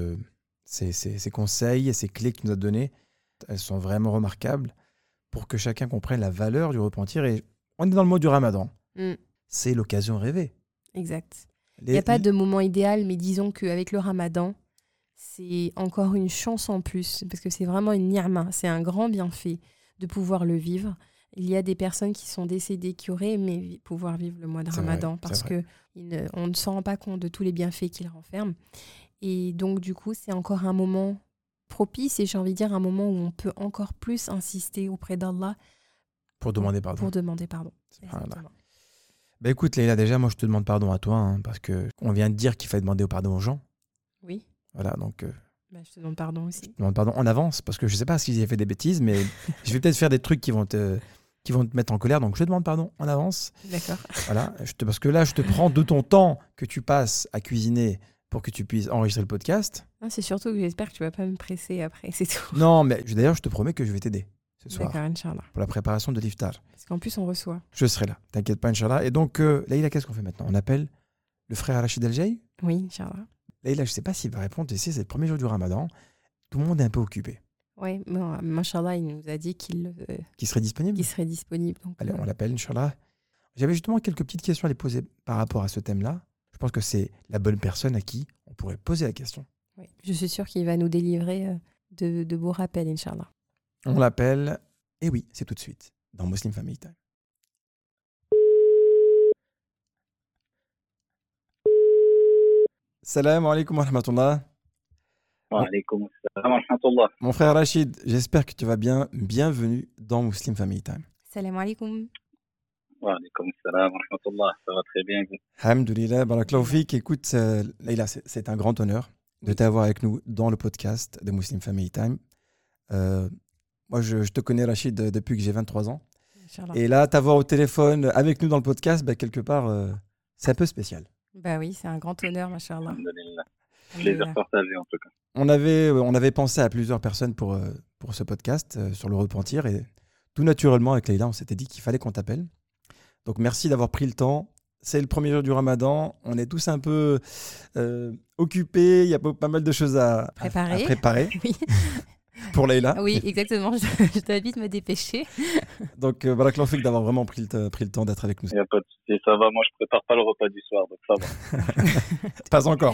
ces conseils et ces clés que tu nous as données, elles sont vraiment remarquables pour que chacun comprenne la valeur du repentir. Et on est dans le mois du Ramadan. C'est l'occasion rêvée. Exact. Il n'y a pas de moment idéal, mais disons qu'avec le Ramadan, c'est encore une chance en plus, parce que c'est vraiment une ni'ma, c'est un grand bienfait de pouvoir le vivre. Il y a des personnes qui sont décédées, qui auraient aimé pouvoir vivre le mois de C'est vrai, Ramadan, c'est parce vrai. on ne se rend pas compte de tous les bienfaits qu'il renferme. Et donc, du coup, c'est encore un moment propice, et j'ai envie de dire un moment où on peut encore plus insister auprès d'Allah Pour demander pardon. pour demander pardon. Subhanallah. Exactement. Bah écoute, Leïla, déjà, moi, je te demande pardon à toi, hein, parce qu'on vient de dire qu'il fallait demander pardon aux gens. Oui, Voilà, donc je te demande pardon aussi. je te demande pardon en avance, parce que je sais pas s'ils avaient fait des bêtises, mais je vais peut-être faire des trucs qui vont te mettre en colère, donc je te demande pardon en avance. D'accord. Voilà, parce que là, je te prends de ton temps que tu passes à cuisiner pour que tu puisses enregistrer le podcast. Non, c'est surtout que j'espère que tu vas pas me presser après, c'est tout. Non, mais d'ailleurs, je te promets que je vais t'aider ce soir D'accord, Inch'Allah. pour la préparation de l'iftar. Parce qu'en plus, on reçoit. Je serai là, t'inquiète pas, Inch'Allah. Et donc, Leïla, qu'est-ce qu'on fait maintenant? On appelle le frère Rachid El-Jay. Oui, Inch'Allah. Leïla, je sais pas s'il va répondre. Tu sais, c'est le premier jour du Ramadan. Tout le monde est un peu occupé. Oui, bon, Mashallah, il nous a dit qu'il Qui serait disponible? serait disponible. Donc, Allez, on l'appelle, Inch'Allah. J'avais justement quelques petites questions à lui poser par rapport à ce thème-là. Je pense que c'est la bonne personne à qui on pourrait poser la question. oui. Je suis sûre qu'il va nous délivrer de beaux rappels, Inch'Allah. On l'appelle, et oui, c'est tout de suite, dans Muslim Family Time. Salam alaikum wa rahmatullah. Wa alaykoum assalam wa rahmatullah. Mon frère Rachid, j'espère que tu vas bien. Bienvenue dans Muslim Family Time. Salam alaikum. Wa alaykoum assalam wa rahmatullah. Ça va très bien, vous? Alhamdoulilah, barakallahu fik. Écoute, Leïla, c'est un grand honneur de t'avoir avec nous dans le podcast de Muslim Family Time. Moi, je te connais, Rachid, depuis que j'ai 23 ans. Inch'Allah. Et là, t'avoir au téléphone avec nous dans le podcast, quelque part, c'est un peu spécial. Bah oui, c'est un grand honneur, Mashallah. Alhamdulillah. Plaisir partagé, en tout cas. On avait pensé à plusieurs personnes pour ce podcast sur le repentir. Et tout naturellement, avec Leïla, on s'était dit qu'il fallait qu'on t'appelle. Donc, merci d'avoir pris le temps. C'est le premier jour du Ramadan. On est tous un peu occupés. Il y a pas mal de choses à préparer Oui. pour Leïla. Oui, exactement. Je t'invite à me dépêcher. Donc, barakallahu fik d'avoir vraiment pris le temps d'être avec nous. Il n'y a pas de souci, ça va. Moi, je prépare pas le repas du soir, donc ça va. Pas encore.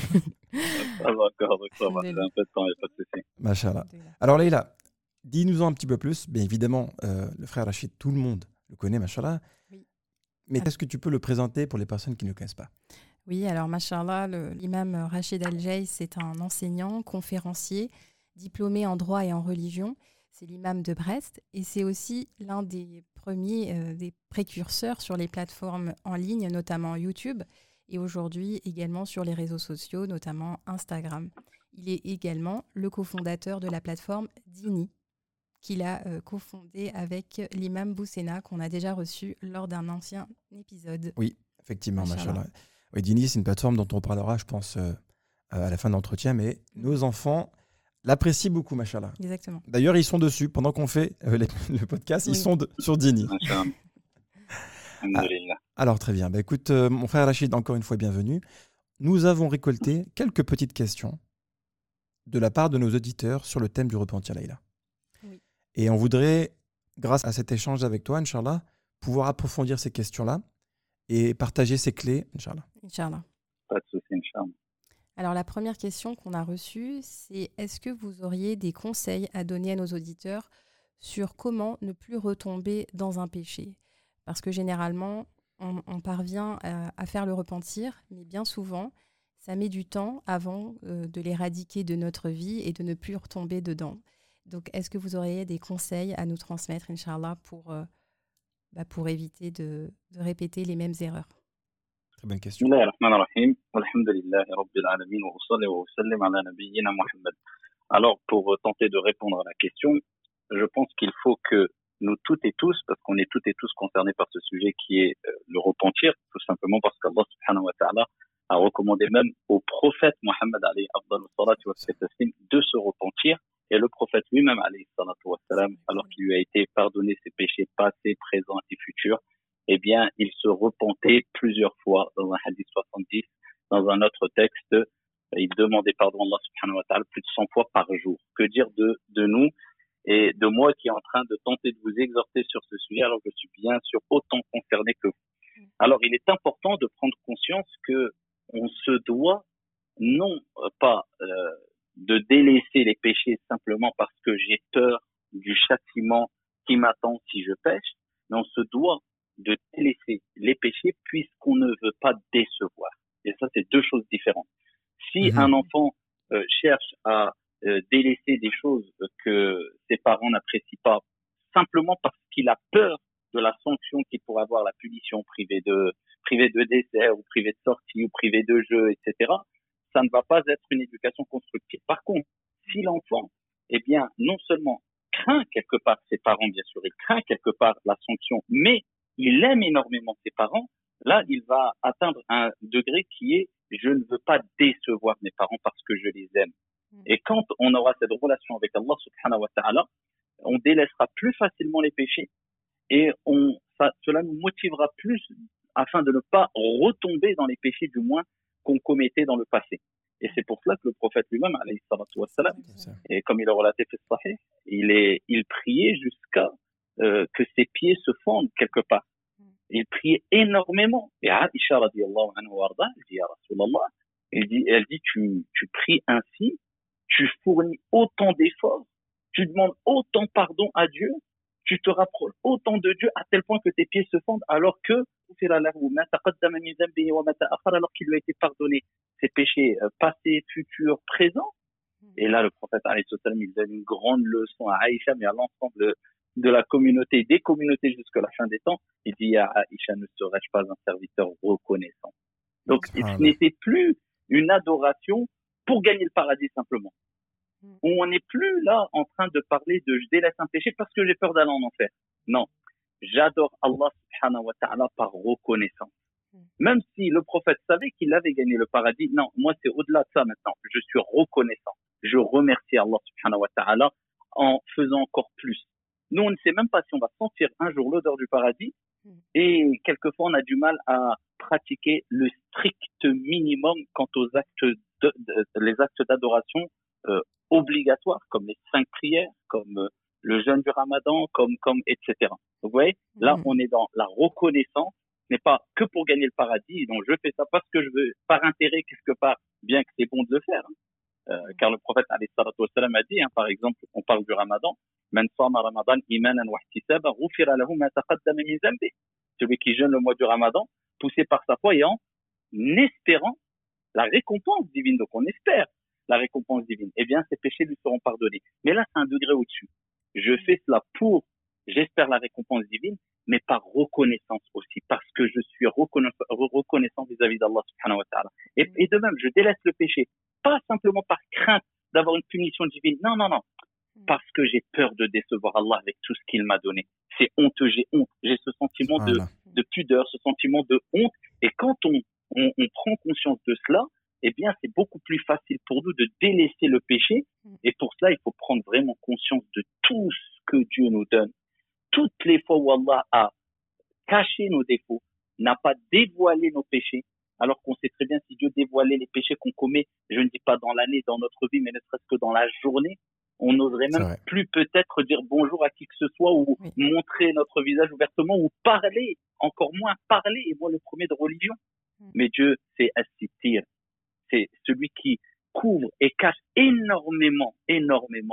Ça va encore, donc ça va. J'ai un peu de temps, il n'y a pas de souci. Machallah. Alors, Leïla, dis-nous un petit peu plus. Bien évidemment, le frère Rachid, tout le monde le connaît, machallah. Oui. Mais est-ce que tu peux le présenter pour les personnes qui ne le connaissent pas? Oui, alors Mashallah, l'imam Rachid El-Jay, c'est un enseignant, conférencier, diplômé en droit et en religion. C'est l'imam de Brest et c'est aussi l'un des premiers, des précurseurs sur les plateformes en ligne, notamment YouTube, et aujourd'hui également sur les réseaux sociaux, notamment Instagram. Il est également le cofondateur de la plateforme Dini, qu'il a cofondé avec l'imam Boussena, qu'on a déjà reçu lors d'un ancien épisode. Oui, effectivement, Machallah. machallah. Oui, Dini, c'est une plateforme dont on parlera, je pense, à la fin de l'entretien, mais nos enfants l'apprécient beaucoup, machallah. Exactement. D'ailleurs, ils sont dessus. Pendant qu'on fait le podcast, Oui. ils sont sur Dini. Inch'Allah. Alhamdulillah. Alors, très bien. Écoute, mon frère Rachid, encore une fois, bienvenue. Nous avons récolté quelques petites questions de la part de nos auditeurs sur le thème du repentir, Leïla. Oui. Et on voudrait, grâce à cet échange avec toi, Inch'Allah, pouvoir approfondir ces questions-là et partager ces clés, Inch'Allah. Inch'Allah. Pas de souci, Inch'Allah. Alors la première question qu'on a reçue, c'est est-ce que vous auriez des conseils à donner à nos auditeurs sur comment ne plus retomber dans un péché? Parce que généralement, on parvient à faire le repentir, mais bien souvent, ça met du temps avant de l'éradiquer de notre vie et de ne plus retomber dedans. Donc, est-ce que vous auriez des conseils à nous transmettre, Inch'Allah, pour éviter de répéter les mêmes erreurs? Très bonne question. Bismillah ar-Rahman ar-Rahim. Alhamdulillah Rabbil Alamin wa usalli wa usallim ala nabiyyina Muhammad. Alors, pour tenter de répondre à la question, je pense qu'il faut que nous toutes et tous, parce qu'on est toutes et tous concernés par ce sujet qui est le repentir, tout simplement parce qu'Allah subhanahu wa ta'ala a recommandé même au prophète Muhammad alayhi afdal salatu wa taslim de se repentir, et le prophète lui-même alayhi salatu wa salam, alors qu'il lui a été pardonné ses péchés passés, présents et futurs, eh bien, il se repentait plusieurs fois dans un hadith 70, dans un autre texte, il demandait pardon à Allah subhanahu wa ta'ala plus de 100 fois par jour. Que dire de nous et de moi qui est en train de tenter de vous exhorter sur ce sujet alors que je suis bien sûr autant concerné que vous. Alors, il est important de prendre conscience que on se doit non pas de délaisser les péchés simplement parce que j'ai peur du châtiment qui m'attend si je pêche, mais on se doit de délaisser les péchés puisqu'on ne veut pas décevoir. Et ça, c'est deux choses différentes. Si un enfant cherche à délaisser des choses que ses parents n'apprécient pas, simplement parce qu'il a peur de la sanction qu'il pourrait avoir, la punition privé de dessert ou privé de sortie ou privé de jeu, etc., ça ne va pas être une éducation constructive. Par contre, si l'enfant, eh bien, non seulement craint quelque part ses parents, bien sûr, il craint quelque part la sanction, mais il aime énormément ses parents, là, il va atteindre un degré qui est « je ne veux pas décevoir mes parents parce que je les aime ». Et quand on aura cette relation avec Allah subhanahu wa ta'ala, on délaissera plus facilement les péchés et cela nous motivera plus afin de ne pas retomber dans les péchés du moins qu'on commettait dans le passé. Et c'est pour cela que le prophète lui-même, alayhi salatu wassalam, et comme il a relaté fait sahih, il priait jusqu'à que ses pieds se fendent quelque part. Il priait énormément. Et Aisha radiyallahu anha warda, elle dit, ya Rasulallah, elle dit, tu pries ainsi, tu fournis autant d'efforts, tu demandes autant pardon à Dieu, tu te rapproches autant de Dieu à tel point que tes pieds se fendent alors qu'il lui a été pardonné ses péchés passés, futurs, présents. Et là, le prophète alayhi salam, il donne une grande leçon à Aïcha, mais à l'ensemble de la communauté, des communautés jusqu'à la fin des temps. Il dit à Aïcha, ne serais-je pas un serviteur reconnaissant? Donc, ce n'était plus une adoration pour gagner le paradis simplement. On n'est plus là en train de parler de je délaisse un péché parce que j'ai peur d'aller en enfer. Non, j'adore Allah subhanahu wa ta'ala par reconnaissance. Même si le prophète savait qu'il avait gagné le paradis, non, moi c'est au-delà de ça maintenant. Je suis reconnaissant. Je remercie Allah subhanahu wa ta'ala en faisant encore plus. Nous, on ne sait même pas si on va sentir un jour l'odeur du paradis et quelquefois on a du mal à pratiquer le strict minimum quant aux actes les actes d'adoration obligatoires comme les 5 prières, comme le jeûne du Ramadan, comme etc. Vous voyez, là on est dans la reconnaissance, ce n'est pas que pour gagner le paradis, donc je fais ça parce que je veux, par intérêt quelque part, bien que c'est bon de le faire. Car le prophète alayhi salatu wassalam a dit, par exemple, on parle du Ramadan, Man sama Ramadan imanan wa ihtisaban ghufira lahu ma taqaddama min dhanbi. Celui qui jeûne le mois du Ramadan, poussé par sa foi et en espérant la récompense divine, donc on espère la récompense divine, eh bien, ses péchés lui seront pardonnés. Mais là, c'est un degré au-dessus. Je fais cela j'espère la récompense divine, mais par reconnaissance aussi, parce que je suis reconnaissant vis-à-vis d'Allah subhanahu wa ta'ala. Et de même, je délaisse le péché, pas simplement par crainte d'avoir une punition divine, non, parce que j'ai peur de décevoir Allah avec tout ce qu'il m'a donné. C'est honteux, j'ai honte, j'ai ce sentiment de pudeur, ce sentiment de honte, et quand on prend conscience de cela, eh bien, c'est beaucoup plus facile pour nous de délaisser le péché. Et pour cela, il faut prendre vraiment conscience de tout ce que Dieu nous donne. Toutes les fois où Allah a caché nos défauts, n'a pas dévoilé nos péchés, alors qu'on sait très bien si Dieu dévoilait les péchés qu'on commet, je ne dis pas dans l'année, dans notre vie, mais ne serait-ce que dans la journée, on n'oserait même plus peut-être dire bonjour à qui que ce soit ou montrer notre visage ouvertement ou parler, encore moins parler, et moi le premier de religion. Mais Dieu, c'est as-sittir. C'est celui qui couvre et cache énormément et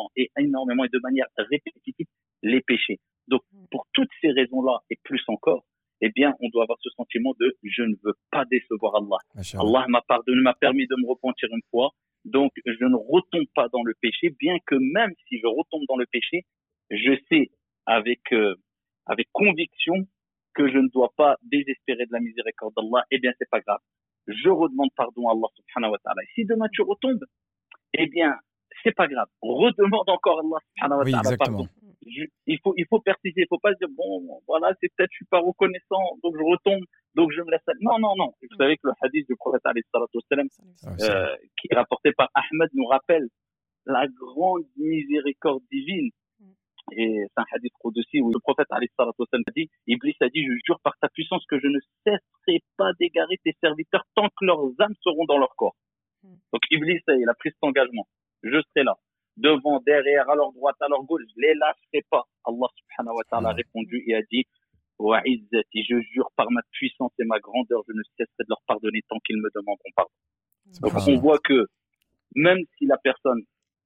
de manière répétitive les péchés. Donc, pour toutes ces raisons-là et plus encore, eh bien, on doit avoir ce sentiment de je ne veux pas décevoir Allah. Allah m'a pardonné, m'a permis de me repentir une fois. Donc, je ne retombe pas dans le péché, bien que même si je retombe dans le péché, je sais avec conviction que je ne dois pas désespérer de la miséricorde d'Allah. Eh bien, c'est pas grave. Je redemande pardon à Allah subhanahu wa ta'ala. Si demain tu retombes, eh bien, c'est pas grave. Redemande encore à Allah subhanahu wa ta'ala pardon. Il faut persister. Il faut pas se dire, bon, voilà, c'est peut-être, je suis pas reconnaissant, donc je retombe, donc je me laisse. Non. Vous savez que le hadith du prophète alayhi salatu wassalam, qui est rapporté par Ahmed, nous rappelle la grande miséricorde divine. Et c'est un hadith qudsi où le prophète alayhi salatu wassalam a dit, Iblis a dit, je jure par ta puissance que je ne cesserai pas d'égarer tes serviteurs tant que leurs âmes seront dans leur corps. Donc Iblis, il a pris cet engagement. Je serai là, devant, derrière, à leur droite, à leur gauche, je les lâcherai pas. Allah subhanahu wa ta'ala a répondu et a dit, wa izzati, je jure par ma puissance et ma grandeur, je ne cesserai de leur pardonner tant qu'ils me demanderont pardon. Donc on voit que même si la personne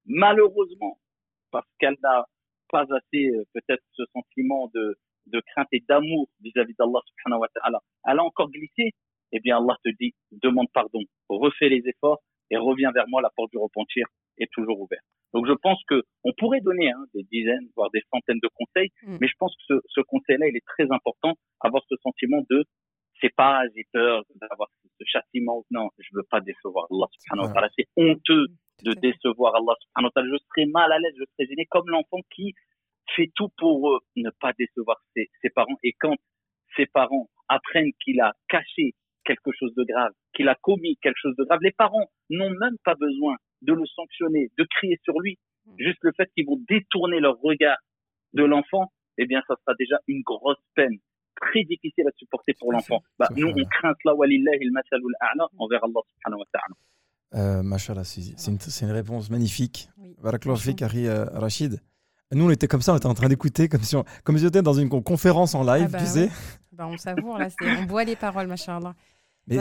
malheureusement, parce qu'elle n'a pas assez peut-être ce sentiment de crainte et d'amour vis-à-vis d'Allah subhanahu wa ta'ala, elle a encore glissé, eh bien Allah te dit, demande pardon, refais les efforts et reviens vers moi, la porte du repentir est toujours ouverte. Donc je pense que on pourrait donner des dizaines, voire des centaines de conseils, mais je pense que ce conseil-là, il est très important, avoir ce sentiment de c'est pas, j'ai peur d'avoir ce châtiment, non, je veux pas décevoir Allah subhanahu wa ta'ala, c'est honteux de décevoir Allah subhanahu wa ta'ala, je serais mal à l'aise, je serais gêné comme l'enfant qui fait tout pour ne pas décevoir ses parents, et quand ses parents apprennent qu'il a caché quelque chose de grave, qu'il a commis quelque chose de grave, les parents n'ont même pas besoin de le sanctionner, de crier sur lui, juste le fait qu'ils vont détourner leur regard de l'enfant, eh bien ça sera déjà une grosse peine, très difficile à supporter pour l'enfant. Nous on craint cela, walillahi al-masalul a'la, envers Allah subhanahu wa ta'ala. Mashallah, c'est une réponse magnifique. Barakallahu fik, Rachid. Nous, on était comme ça, on était en train d'écouter, comme si on était dans une conférence en live, tu sais. On savoure, là, on boit les paroles, machallah. Mais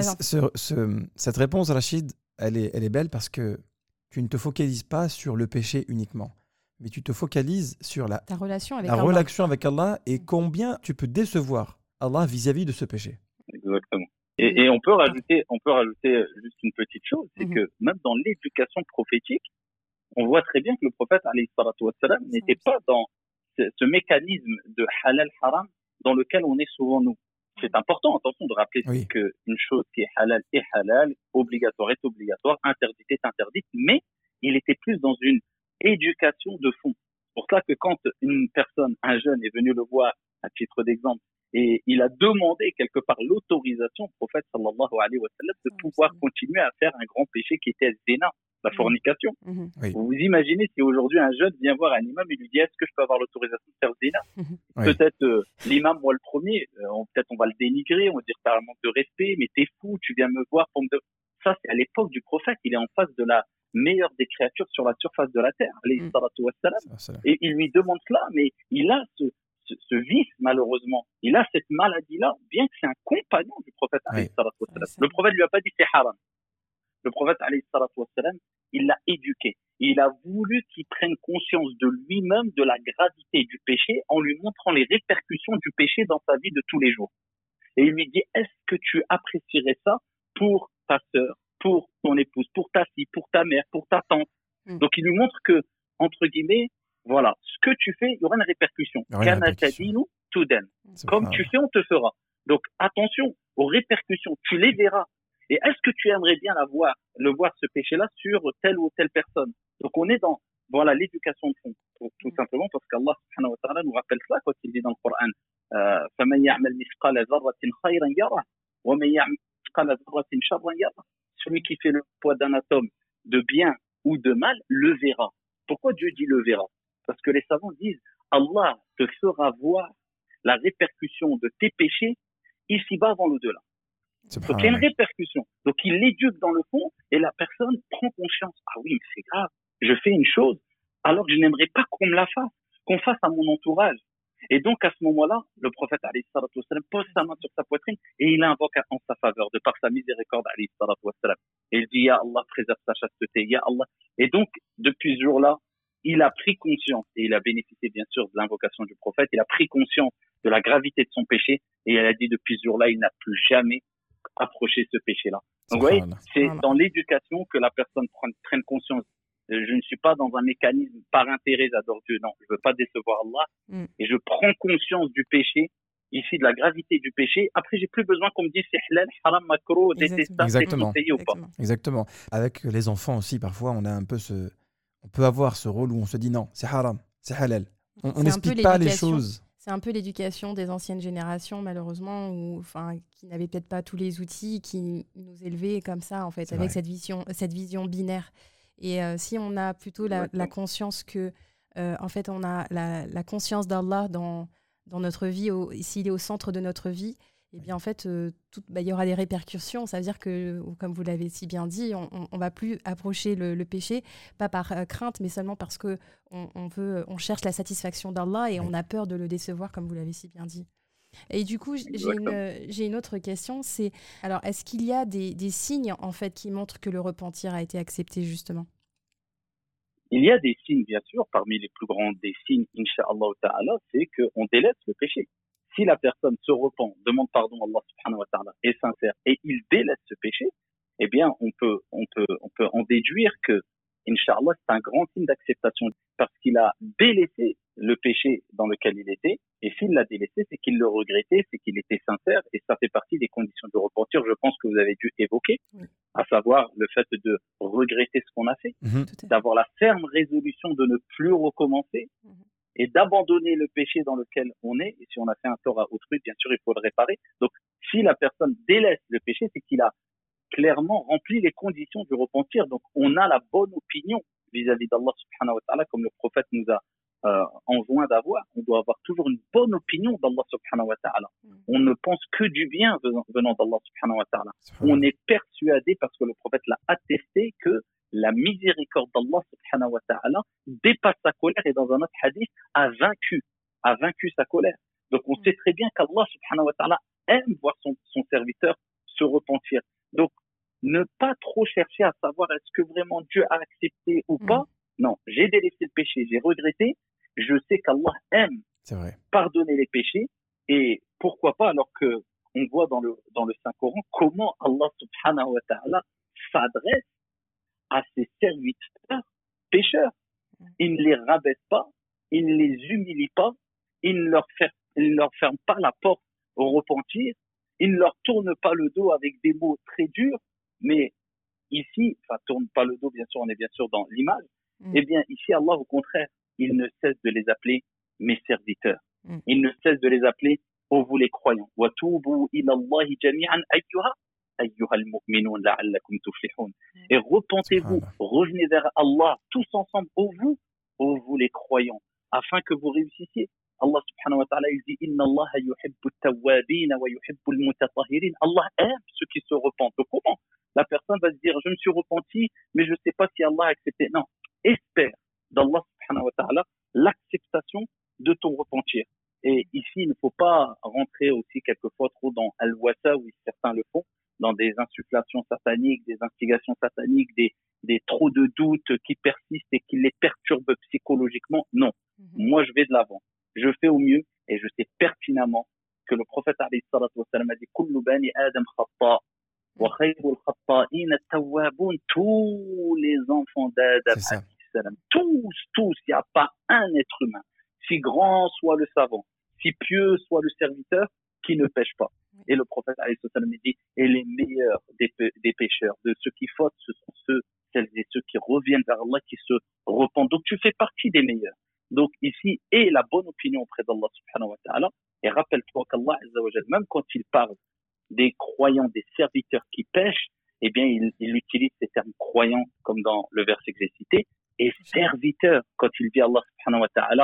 cette réponse, Rachid, elle est belle parce que tu ne te focalises pas sur le péché uniquement, mais tu te focalises sur ta relation avec Allah et combien tu peux décevoir Allah vis-à-vis de ce péché. Exactement. Et on peut rajouter juste une petite chose, c'est que même dans l'éducation prophétique, on voit très bien que le prophète alayhi salatu wassalam n'était pas dans ce mécanisme de halal-haram dans lequel on est souvent nous. C'est important, attention, de rappeler qu'une chose qui est halal est halal, obligatoire est obligatoire, interdite est interdite, mais il était plus dans une éducation de fond. C'est pour ça que quand une personne, un jeune, est venu le voir, à titre d'exemple, et il a demandé quelque part l'autorisation au prophète sallallahu alayhi wa sallam de pouvoir continuer à faire un grand péché qui était le zina, la fornication. Vous vous imaginez si aujourd'hui un jeune vient voir un imam et lui dit est-ce que je peux avoir l'autorisation de faire zina? Peut-être l'imam, moi le premier, peut-être on va le dénigrer, on va dire t'as un manque de respect, mais t'es fou, tu viens me voir pour me... Ça c'est à l'époque du prophète, il est en face de la meilleure des créatures sur la surface de la terre, alayhi salatu wassalam, et il lui demande cela, mais il a ce vice, malheureusement, il a cette maladie-là, bien que c'est un compagnon du prophète alayhi salatu wassalam. Le prophète lui a pas dit c'est haram. Le prophète alayhi salatu wassalam, il l'a éduqué. Il a voulu qu'il prenne conscience de lui-même, de la gravité du péché, en lui montrant les répercussions du péché dans sa vie de tous les jours. Et il lui dit, est-ce que tu apprécierais ça pour ta sœur, pour ton épouse, pour ta fille, pour ta mère, pour ta tante? Donc il lui montre que, entre guillemets, voilà, ce que tu fais, il y aura une répercussion. Comme tu fais, on te fera. Donc attention aux répercussions, tu les verras. Et est-ce que tu aimerais bien le voir ce péché-là sur telle ou telle personne? Donc on est dans l'éducation de fond, tout simplement parce qu'Allah subhanahu wa ta'ala nous rappelle cela quand il dit dans le Coran فَمَنْ يَعْمَلْ مِثْقَالَ ذَرَّةٍ خَيْرًا يَرَهُ وَمَنْ يَعْمَلْ مِثْقَالَ ذَرَّةٍ شَرًّا يَرَهُ. Celui qui fait le poids d'un atome de bien ou de mal le verra. Pourquoi Dieu dit le verra? Parce que les savants disent Allah te fera voir la répercussion de tes péchés ici-bas avant l'au-delà. Donc il y a une répercussion. Donc il l'éduque dans le fond et la personne prend conscience. Ah oui, mais c'est grave. Je fais une chose alors que je n'aimerais pas qu'on me la fasse, qu'on fasse à mon entourage. Et donc à ce moment-là, le prophète alayhi salatu wassalam pose sa main sur sa poitrine et il invoque en sa faveur de par sa miséricorde alayhi salatu wassalam. Et il dit Ya Allah, préserve sa chasteté, Ya Allah. Et donc depuis ce jour-là, il a pris conscience et il a bénéficié bien sûr de l'invocation du prophète. Il a pris conscience de la gravité de son péché et il a dit depuis ce jour-là, il n'a plus jamais approcher ce péché-là. Donc, vous voyez, c'est dans l'éducation que la personne prenne conscience. Je ne suis pas dans un mécanisme par intérêt, j'adore Dieu. Non, je ne veux pas décevoir Allah. Et je prends conscience du péché, ici de la gravité du péché. Après, j'ai plus besoin qu'on me dise c'est halal, haram, makro, détestable, c'est conseillé ou pas. Exactement. Avec les enfants aussi, parfois, on peut avoir ce rôle où on se dit non, c'est haram, c'est halal. On n'explique pas les choses. C'est un peu l'éducation des anciennes générations, malheureusement, qui n'avaient peut-être pas tous les outils, qui nous élevaient comme ça, en fait, avec cette vision binaire. Et si on a plutôt la conscience que, en fait, on a la conscience d'Allah dans notre vie, s'il est au centre de notre vie, eh bien, en fait, il y aura des répercussions. Ça veut dire que, comme vous l'avez si bien dit, on ne va plus approcher le péché, pas par crainte, mais seulement parce qu'on cherche la satisfaction d'Allah et on a peur de le décevoir, comme vous l'avez si bien dit. Et du coup, j'ai une autre question. C'est, alors, est-ce qu'il y a des signes, en fait, qui montrent que le repentir a été accepté, justement? Il y a des signes, bien sûr, parmi les plus grands des signes, Inch'Allah Ta'ala, c'est qu'on délaisse le péché. Si la personne se repent, demande pardon à Allah subhanahu wa ta'ala, est sincère, et il délaisse ce péché, eh bien, on peut en déduire que, Inch'Allah, c'est un grand signe d'acceptation parce qu'il a délaissé le péché dans lequel il était. Et s'il l'a délaissé, c'est qu'il le regrettait, c'est qu'il était sincère. Et ça fait partie des conditions de repentir, je pense que vous avez dû évoquer, à savoir le fait de regretter ce qu'on a fait, d'avoir la ferme résolution de ne plus recommencer et d'abandonner le péché dans lequel on est. Et si on a fait un tort à autrui, bien sûr, il faut le réparer. Donc, si la personne délaisse le péché, c'est qu'il a clairement rempli les conditions du repentir. Donc, on a la bonne opinion vis-à-vis d'Allah subhanahu wa ta'ala, comme le prophète nous a enjoint d'avoir. On doit avoir toujours une bonne opinion d'Allah subhanahu wa ta'ala. On ne pense que du bien venant d'Allah subhanahu wa ta'ala. On est persuadé, parce que le prophète l'a attesté, que la miséricorde d'Allah subhanahu wa ta'ala dépasse sa colère, et dans un autre hadith, a vaincu sa colère. Donc, on sait très bien qu'Allah subhanahu wa ta'ala aime voir son serviteur se repentir. Donc, ne pas trop chercher à savoir est-ce que vraiment Dieu a accepté ou pas. Non, j'ai délaissé le péché, j'ai regretté. Je sais qu'Allah aime pardonner les péchés. Et pourquoi pas, alors que on voit dans le Saint-Coran comment Allah subhanahu wa ta'ala s'adresse à ses serviteurs pécheurs. Il ne les rabaisse pas, il ne les humilie pas, il ne leur ferme pas la porte au repentir, il ne leur tourne pas le dos avec des mots très durs, mais ici, tourne pas le dos, bien sûr, on est bien sûr dans l'image, eh bien ici, Allah, au contraire, il ne cesse de les appeler mes serviteurs. Il ne cesse de les appeler, ô vous les croyants. وَتُوبُوا إِلَى اللَّهِ جَمِيعًا أَيُّهَا الْمُؤْمِنُونَ لَعَلَّكُمْ تُفْلِحُونَ. Et repentez-vous, revenez vers Allah, tous ensemble, ô vous les croyants, afin que vous réussissiez. Allah subhanahu wa ta'ala, il dit Inna Allah yuhibbu at-tawwabin wa yuhibbu al-mutatahhirin. Allah aime ceux qui se repentent. Donc comment la personne va se dire je me suis repenti, mais je ne sais pas si Allah a accepté. Non, espère d'Allah subhanahu wa ta'ala l'acceptation de ton repentir. Et ici, il ne faut pas rentrer aussi quelquefois trop dans al-wasa, où certains le font, dans des insufflations sataniques, des instigations sataniques, des trop de doutes qui persistent et qui les perturbent psychologiquement. Non, moi je vais de l'avant. Je fais au mieux, et je sais pertinemment que le prophète alayhi salatu wa sallam a dit kullu bani adam khata wa khayrul khata'in at-tawwabun. Tous les enfants d'Adam alayhi salam, tous, il n'y a pas un être humain, si grand soit le savant, si pieux soit le serviteur, qui ne pêche pas. Et le prophète alayhi salam dit et les meilleurs des pécheurs, de ceux qui fautent, ce sont celles et ceux qui reviennent vers Allah, qui se repentent. Donc tu fais partie des meilleurs. Donc ici, et la bonne opinion auprès d'Allah subhanahu wa ta'ala. Et rappelle-toi qu'Allah azza wa jalla, même quand il parle des croyants, des serviteurs qui pêchent, eh bien il utilise ces termes croyants comme dans le verset que j'ai cité, et serviteurs quand il dit Allah subhanahu wa ta'ala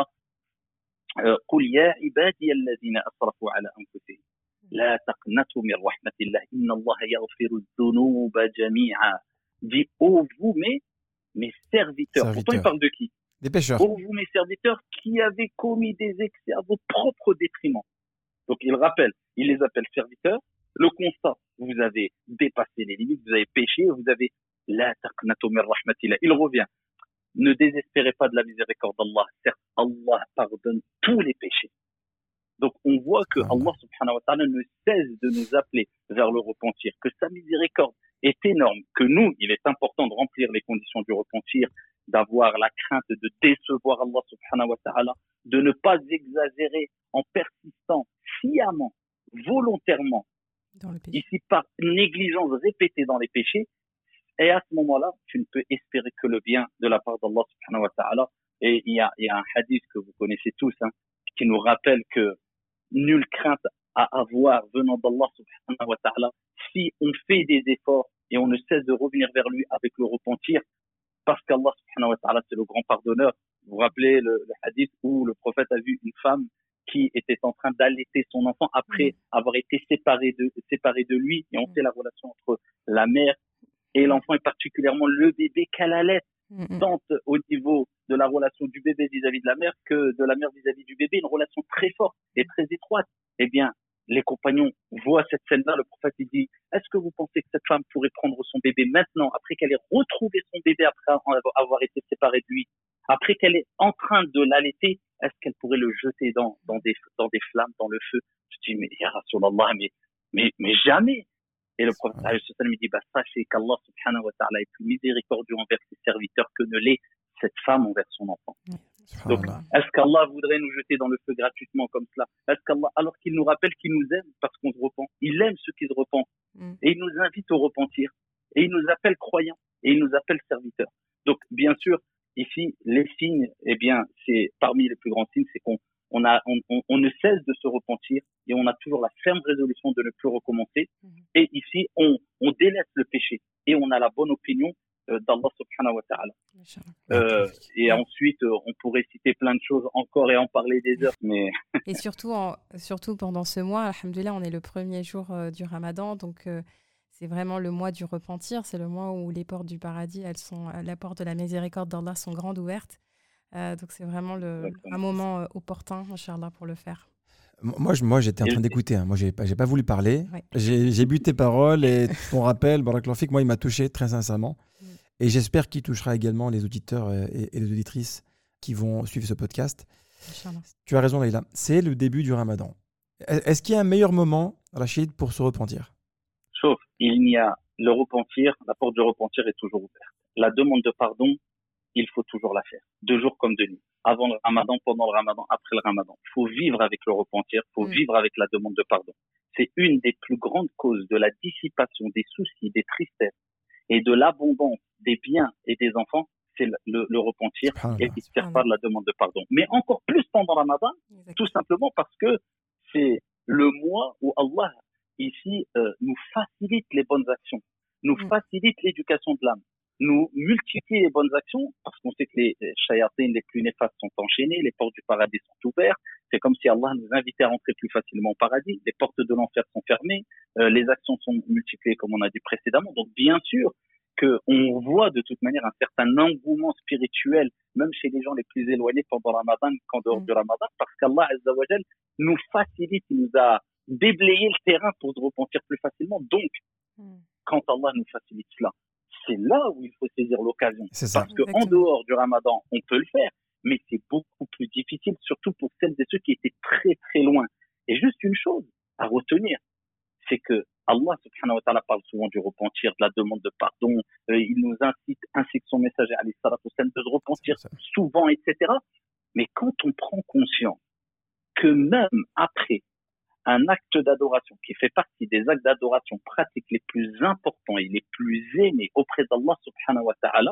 قُلْ يَا عِبَادِيَ الَّذِينَ أَسْرَفُوا عَلَى أَنفُسِهِمْ لَا تَقْنَطُوا مِنْ رَحْمَةِ اللَّهِ إِنَّ اللَّهَ يَغْفِرُ الذُّنُوبَ جَمِيعًا. Dit ô vous mes serviteurs. Pourtant il parle de qui? Des pécheurs. Ô vous mes serviteurs qui avez commis des excès à vos propres détriments. Donc il les appelle serviteurs. Le constat, vous avez dépassé les limites, vous avez péché, vous avez la taqnatu min rahmatillah. Il revient. Ne désespérez pas de la miséricorde d'Allah. Certes, Allah pardonne tous les péchés. Donc on voit que Allah subhanahu wa ta'ala ne cesse de nous appeler vers le repentir, que sa miséricorde est énorme, que nous, il est important de remplir les conditions du repentir, d'avoir la crainte de décevoir Allah subhanahu wa ta'ala, de ne pas exagérer en persistant sciemment, volontairement, ici par négligence répétée dans les péchés. Et à ce moment-là, tu ne peux espérer que le bien de la part d'Allah subhanahu wa ta'ala. Et il y a un hadith que vous connaissez tous, qui nous rappelle que nulle crainte à avoir venant d'Allah subhanahu wa ta'ala si on fait des efforts et on ne cesse de revenir vers lui avec le repentir, parce qu'Allah subhanahu wa ta'ala c'est le grand pardonneur. Vous vous rappelez le hadith où le prophète a vu une femme qui était en train d'allaiter son enfant après avoir été séparée de lui, et on sait la relation entre la mère et l'enfant, et particulièrement le bébé qu'elle allait, tant au niveau de la relation du bébé vis-à-vis de la mère que de la mère vis-à-vis du bébé, une relation très forte et très étroite. Eh bien, les compagnons voient cette scène-là, le prophète il dit, est-ce que vous pensez que cette femme pourrait prendre son bébé maintenant, après qu'elle ait retrouvé son bébé après avoir été séparée de lui, après qu'elle est en train de l'allaiter, est-ce qu'elle pourrait le jeter dans des flammes, dans le feu? Je dis, mais ya Rasulallah, mais jamais. Et le prophète me dit, sachez qu'Allah subhanahu wa ta'ala est plus miséricordieux envers ses serviteurs que ne l'est cette femme envers son enfant. Donc, est-ce qu'Allah voudrait nous jeter dans le feu gratuitement comme cela? Est-ce qu'Allah, alors qu'il nous rappelle qu'il nous aime parce qu'on se repent, il aime ceux qui se repentent. Et il nous invite au repentir. Et il nous appelle croyants. Et il nous appelle serviteurs. Donc, bien sûr, ici, les signes, eh bien, c'est parmi les plus grands signes, c'est qu'on ne cesse de se repentir et on a toujours la ferme résolution de ne plus recommencer. Et ici, on délaisse le péché et on a la bonne opinion d'Allah subhanahu wa ta'ala. Et ensuite, on pourrait citer plein de choses encore et en parler des heures. Mais... Et surtout pendant ce mois, alhamdoulilah, on est le premier jour du Ramadan, donc c'est vraiment le mois du repentir. C'est le mois où les portes du paradis, la porte de la miséricorde d'Allah sont grandes ouvertes. Donc c'est vraiment un moment opportun, Inch'Allah, pour le faire. Moi, j'étais en train d'écouter. Moi, j'ai pas voulu parler. Ouais. J'ai bu tes paroles et ton rappel, Barakallahu fik, moi, il m'a touché très sincèrement. Et j'espère qu'il touchera également les auditeurs et les auditrices qui vont suivre ce podcast. Inch'Allah. Tu as raison, Leïla. C'est le début du Ramadan. Est-ce qu'il y a un meilleur moment, Rachid, pour se repentir? Sauf, il y a le repentir, la porte du repentir est toujours ouverte. La demande de pardon, il faut toujours la faire, de jour comme de nuit. Avant le Ramadan, pendant le Ramadan, après le Ramadan. Il faut vivre avec le repentir, il faut vivre avec la demande de pardon. C'est une des plus grandes causes de la dissipation des soucis, des tristesses et de l'abondance des biens et des enfants, c'est le repentir et l'istighfar de la demande de pardon. Mais encore plus pendant le Ramadan, tout simplement parce que c'est le mois où Allah, ici, nous facilite les bonnes actions, nous facilite l'éducation de l'âme, nous multiplie les bonnes actions, parce qu'on sait que les shayatines les plus néfastes sont enchaînées, les portes du paradis sont ouvertes, c'est comme si Allah nous invitait à rentrer plus facilement au paradis, les portes de l'enfer sont fermées, les actions sont multipliées comme on a dit précédemment, donc bien sûr qu'on voit de toute manière un certain engouement spirituel, même chez les gens les plus éloignés pendant le Ramadan qu'en dehors du Ramadan, parce qu'Allah Azza wa Jal nous facilite, il nous a déblayé le terrain pour se repentir plus facilement, donc quand Allah nous facilite cela, c'est là où il faut saisir l'occasion. Parce qu'en dehors du Ramadan, on peut le faire, mais c'est beaucoup plus difficile, surtout pour celles et ceux qui étaient très très loin. Et juste une chose à retenir, c'est que Allah subhanahu wa ta'ala parle souvent du repentir, de la demande de pardon, il nous incite, ainsi que son messager alayhi salatu wassalam, de se repentir souvent, etc. Mais quand on prend conscience que même après un acte d'adoration qui fait partie des actes d'adoration pratiques les plus importants et les plus aimés auprès d'Allah subhanahu wa ta'ala,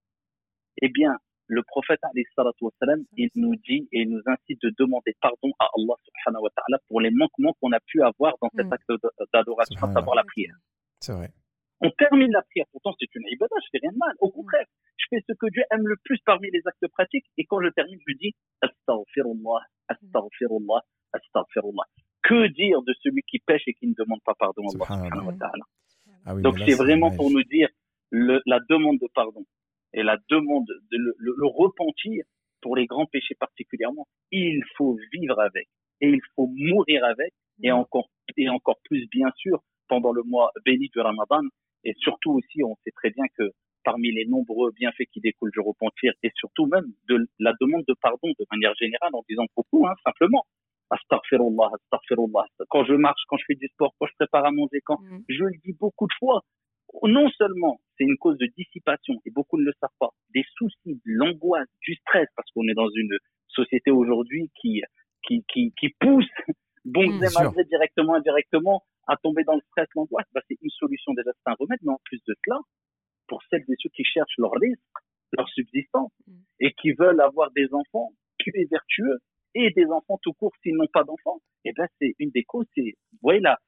eh bien, le prophète alayhi salatu wassalam, il nous dit et il nous incite de demander pardon à Allah subhanahu wa ta'ala pour les manquements qu'on a pu avoir dans cet acte d'adoration, à savoir la prière. C'est vrai. On termine la prière, pourtant c'est une ibadah, je fais rien de mal. Au contraire, je fais ce que Dieu aime le plus parmi les actes pratiques et quand je termine, je dis astaghfirullah, astaghfirullah, astaghfirullah. Que dire de celui qui pêche et qui ne demande pas pardon à Allah subhanahu wa ta'ala. Donc c'est vraiment pour nous dire la demande de pardon et la demande de le repentir pour les grands péchés particulièrement. Il faut vivre avec et il faut mourir avec et encore plus bien sûr pendant le mois béni du Ramadan et surtout aussi on sait très bien que parmi les nombreux bienfaits qui découlent du repentir et surtout même de la demande de pardon de manière générale en disant beaucoup simplement astaghfirullah, astaghfirullah. Quand je marche, quand je fais du sport, quand je prépare à manger, quand je le dis beaucoup de fois, non seulement c'est une cause de dissipation, et beaucoup ne le savent pas, des soucis, de l'angoisse, du stress, parce qu'on est dans une société aujourd'hui qui pousse, malgré directement, indirectement, à tomber dans le stress, l'angoisse, c'est une solution déjà, c'est un remède, mais en plus de cela, pour celles et ceux qui cherchent leur risque, leur subsistance, et qui veulent avoir des enfants pieux et vertueux, et des enfants tout court s'ils n'ont pas d'enfants, et c'est une des causes, vous voyez là,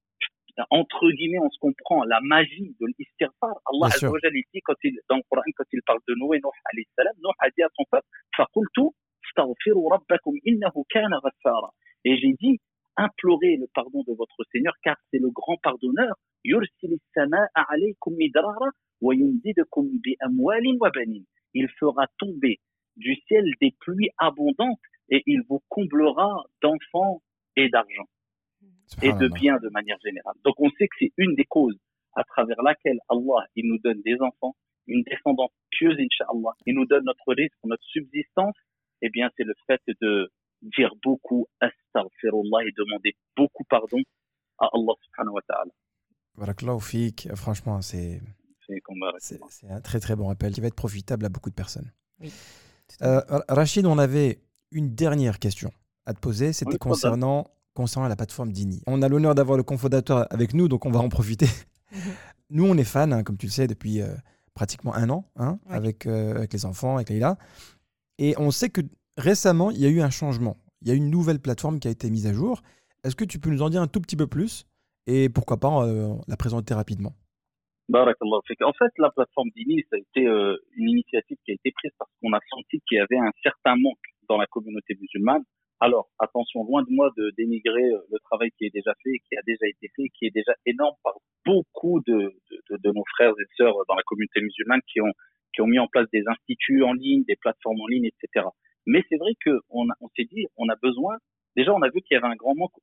entre guillemets, on se comprend, la magie de l'istighfar. Allah Azza wa Jalla dit, dans le Coran, quand il parle de Noé, Nuh alayhi salam, Nuh a dit à son peuple, فَقُلْتُ اسْتَغْفِرُوا رَبَّكُمْ إِنَّهُ كَانَ غَفَّارًا. Et j'ai dit, implorez le pardon de votre Seigneur, car c'est le grand pardonneur. يُرْسِلِ السَّمَاءَ عَلَيْكُمْ مِدْرَارًا وَيُمْدِدْكُمْ بِأَمْوَالٍ وَبَنِينَ. Il fera tomber du ciel des pluies abondantes et il vous comblera d'enfants et d'argent. et de bien de manière générale. Donc on sait que c'est une des causes à travers laquelle Allah il nous donne des enfants, une descendance pieuse, Inch'Allah. Il nous donne notre risque, notre subsistance. Eh bien, c'est le fait de dire beaucoup astaghfirullah et demander beaucoup pardon à Allah subhanahu wa ta'ala. Barakallahu fik. Franchement, c'est un très très bon rappel qui va être profitable à beaucoup de personnes. Oui. Rachid, on avait une dernière question à te poser. C'était concernant la plateforme Dini. On a l'honneur d'avoir le cofondateur avec nous, donc on va en profiter. Nous, on est fans, hein, comme tu le sais, depuis pratiquement 1 an, avec les enfants, avec Leïla. Et on sait que récemment, il y a eu un changement. Il y a une nouvelle plateforme qui a été mise à jour. Est-ce que tu peux nous en dire un tout petit peu plus et pourquoi pas la présenter rapidement? Barakallahu fik. En fait, la plateforme Dini, ça a été une initiative qui a été prise parce qu'on a senti qu'il y avait un certain manque dans la communauté musulmane. Alors, attention, loin de moi de dénigrer le travail qui est déjà fait, qui a déjà été fait, qui est déjà énorme par beaucoup de nos frères et sœurs dans la communauté musulmane qui ont mis en place des instituts en ligne, des plateformes en ligne, etc. Mais c'est vrai qu'on s'est dit, on a besoin, déjà on a vu qu'il y avait un grand manque